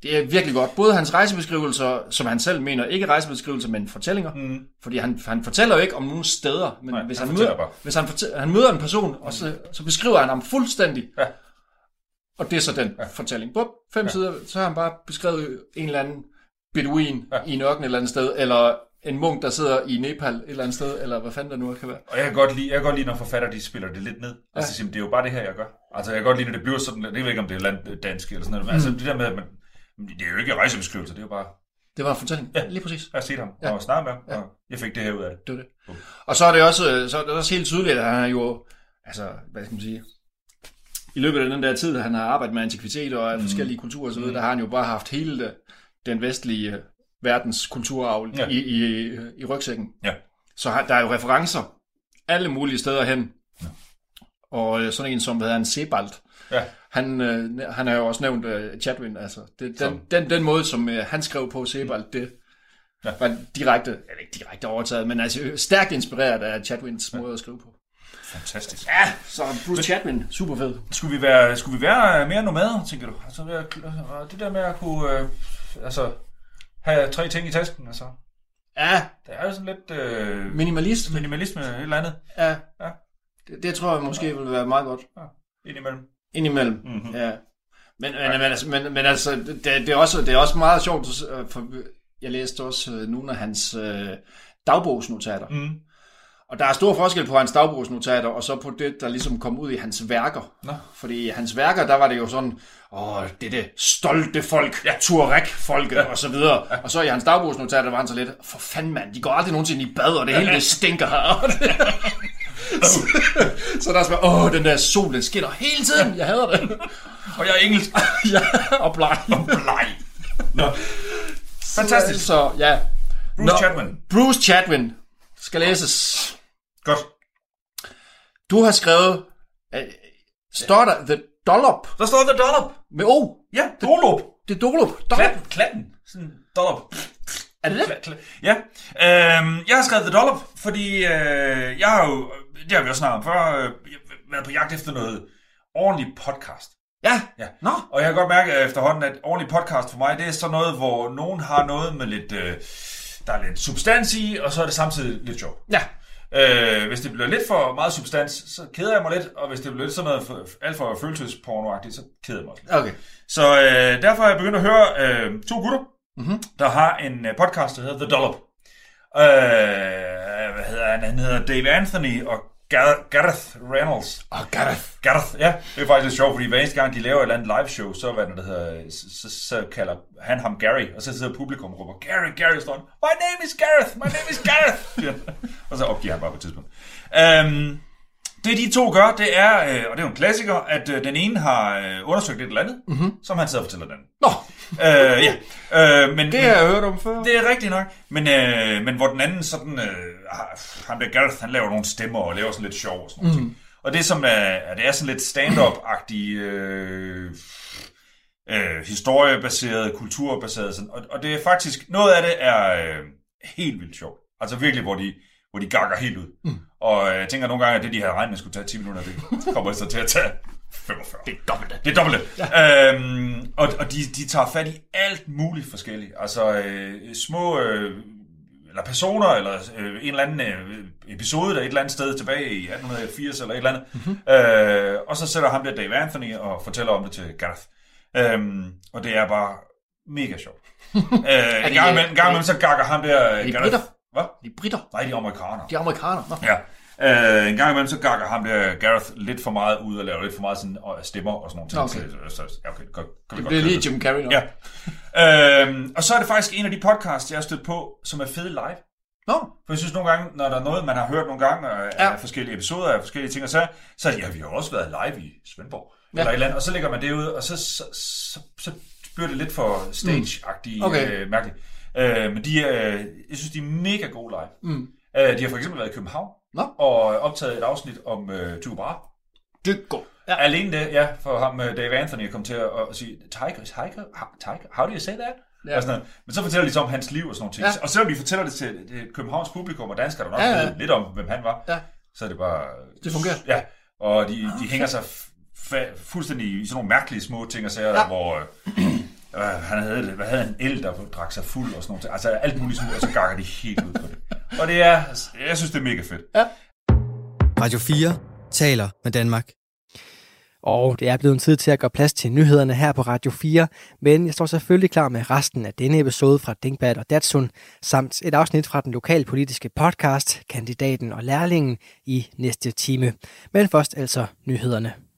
Det er virkelig godt. Både hans rejsebeskrivelser, som han selv mener, ikke rejsebeskrivelser, men fortællinger. Mm. Fordi han, han fortæller jo ikke om nogen steder, men Nej, hvis, han, han møder, hvis han, fortæller, han møder en person, og så, så beskriver han ham fuldstændig. Ja. Og det er så den ja. fortælling. Bum, fem ja. sider, så har han bare beskrevet en eller anden beduin ja. i en ørken et eller andet sted, eller en munk, der sidder i Nepal et eller andet sted, eller hvad fanden der nu kan være. Og jeg kan godt lide, jeg kan godt lide når forfatter, de spiller det lidt ned. Ja. Altså, det er jo bare det her, jeg gør. Altså, jeg kan godt lide, når det bliver sådan, jeg ved ikke, om det er landdansk eller sådan noget, men mm. altså, det der med, at man, det er jo ikke rejsebeskrivelser, det er jo bare... Det var en fortælling. Ja, lige præcis. Jeg har set ham ja. og snakket med ham, ja. og jeg fik det her ud af det. Det var det. Okay. Og så er det også, så er det også helt tydeligt, at han er jo, altså, hvad skal man sige, i løbet af den der tid, han har arbejdet med antikviteter og mm. forskellige kulturer og så videre, mm. der har han jo bare haft hele den vestlige verdens kulturarv ja. i, i, i rygsækken. Ja. Så der er jo referencer alle mulige steder hen. Ja. Og sådan en som, hvad hedder han, Sebald, ja. han, øh, han har jo også nævnt uh, Chatwin, altså. Det, den, den, den måde, som uh, han skrev på Sebald, det ja. var direkte, eller ikke direkte overtaget, men altså stærkt inspireret af Chatwins ja. måde at skrive på. Fantastisk. Ja, så Bruce Chatwin, super fed. Skulle vi være, skulle vi være mere nomader, tænker du? Altså, det der med at kunne, øh, altså... have tre ting i tasken, altså. Ja. Det er jo sådan lidt... Øh, Minimalist. Minimalisme, et eller andet. Ja. ja. Det, det tror jeg måske ja. vil være meget godt. Ja. Indimellem. Indimellem, mm-hmm. ja. Men, men, men, altså, men, men altså, det, det, er også, det er også meget sjovt, for jeg læste også nogle af hans øh, dagbogsnotater. Mm. Og der er stor forskel på hans dagbogsnotater, og så på det, der ligesom kom ud i hans værker. Nå. Fordi i hans værker, der var det jo sådan, åh, det er det stolte folk, ja. Tuareg-folket, ja. og så videre. Ja. Og så i hans dagbogsnotater, der var han så lidt, for fanden mand, de går aldrig nogensinde i bad, og det hele det stinker her. så, så der er sådan, åh, den der sol, den skinner hele tiden, jeg hader det. Og jeg er engelsk. ja, og bleg. Og bleg. Nå. Fantastisk. Så, så ja. Bruce Nå, Chatwin. Bruce Chatwin skal læses. Godt. Du har skrevet, uh, står der The Dollop? Der står The Dollop. Med O? Ja, Dollop. Det er Dollop. Klatten. Klatten. Sådan Dollop. Er det det? Kla- kla- ja. Øhm, jeg har skrevet The Dollop, fordi øh, jeg har jo, det har vi også snakket om før, øh, været på jagt efter noget ordentligt podcast. Ja. Ja. Nå. Og jeg kan godt mærke efterhånden, at ordentlig podcast for mig, det er sådan noget, hvor nogen har noget med lidt, øh, der er lidt substans i, og så er det samtidig lidt sjovt. Ja. Øh, hvis det bliver lidt for meget substans, så keder jeg mig lidt, og hvis det bliver lidt sådan noget for, alt for følelsespornoagtigt, så keder jeg mig også lidt. Okay. Så øh, derfor har jeg begyndt at høre øh, to gutter, mm-hmm. der har en uh, podcast, der hedder The Dollop. Øh, hvad hedder han? Han hedder Dave Anthony og Gar- Gareth Reynolds. Åh, oh, Gareth. Gareth, ja. Det er faktisk lidt sjovt, fordi hver eneste gang, de laver et eller andet live show, så, hvad der hedder, så, så, så kalder han ham Gary, og så sidder publikum og råber, Gary, Gary, står han, my name is Gareth, my name is Gareth. Og så opgiver han bare på et tidspunkt. Um, det de to gør, det er, øh, og det er jo en klassiker, at øh, den ene har øh, undersøgt et eller andet, mm-hmm. som han sidder og fortæller den anden. Nå! Øh, ja. øh, men, det har jeg hørt om før. Det er rigtigt nok. Men, øh, men hvor den anden sådan, øh, han der Gareth, han laver nogle stemmer og laver sådan lidt sjov og sådan noget. Mm. Og det som er, det er sådan lidt stand-up-agtig, øh, øh, historiebaseret, kulturbaseret, sådan. Og, og det er faktisk, noget af det er øh, helt vildt sjovt. Altså virkelig, hvor de hvor de gakker helt ud. Mm. Og jeg tænker nogle gange, at det, de havde regnet med, skulle tage ti minutter, det kommer så til at tage femogfyrre. Det er dobbelt. Det er dobbelt. Ja. Øhm, og og de, de tager fat i alt muligt forskelligt. Altså øh, små, øh, eller personer, eller øh, en eller anden øh, episode, der et eller andet sted tilbage i atten firs, eller et eller andet. Mm-hmm. Øh, og så sætter ham der Dave Anthony og fortæller om det til Gareth. Øhm, og det er bare mega sjovt. øh, en gang imellem, gang imellem så gakker ham der øh, Gareth. Hvad? De er britter. Nej, de er amerikanere. De er amerikanere. Nå. Ja. Øh, en gang imellem, så gakker ham der Gareth lidt for meget ud og laver lidt for meget sådan, og stemmer og sådan nogle ting. Okay. Så, så, ja, okay, godt, kan vi det bliver lige Jim Carrey. Ja. øh, og så er det faktisk en af de podcasts, jeg har stødt på, som er fede live. Nå. For jeg synes nogle gange, når der er noget, man har hørt nogle gange af ja. forskellige episoder af forskellige ting, og så, så ja, vi har også været live i Svendborg. Ja. Eller et eller andet, og så lægger man det ud, og så, så, så, så bliver det lidt for stage-agtigt mm. okay. øh, mærkeligt. Øh, men de er, jeg synes, de er mega gode live. Mm. Øh, de har for eksempel været i København Nå. og optaget et afsnit om øh, Tycho Brahe. Det er godt. Ja. Alene det, ja, for ham, Dave Anthony, kom til at, at sige, Tiger, Tiger, Tiger, how do you say that? Ja. Og sådan noget. Men så fortæller de så om hans liv og sådan nogle ting. Ja. Og selvom de fortæller det til det Københavns publikum og danskere, der nok ja, ja. ved lidt om, hvem han var, ja. så er det bare... Det fungerer. Ja, og de, de hænger sig f- f- fuldstændig i sådan nogle mærkelige små ting og sager, ja. hvor... Øh, han havde, hvad havde en el, der drak sig fuld og sådan noget. Altså alt muligt sådan, og så gakker de helt ud på det. Og det er, jeg synes, det er mega fedt. Ja. Radio fire taler med Danmark. Og det er blevet en tid til at gøre plads til nyhederne her på Radio fire, men jeg står selvfølgelig klar med resten af denne episode fra Dingbat og Datsun, samt et afsnit fra den lokalpolitiske podcast, Kandidaten og Lærlingen, i næste time. Men først altså nyhederne.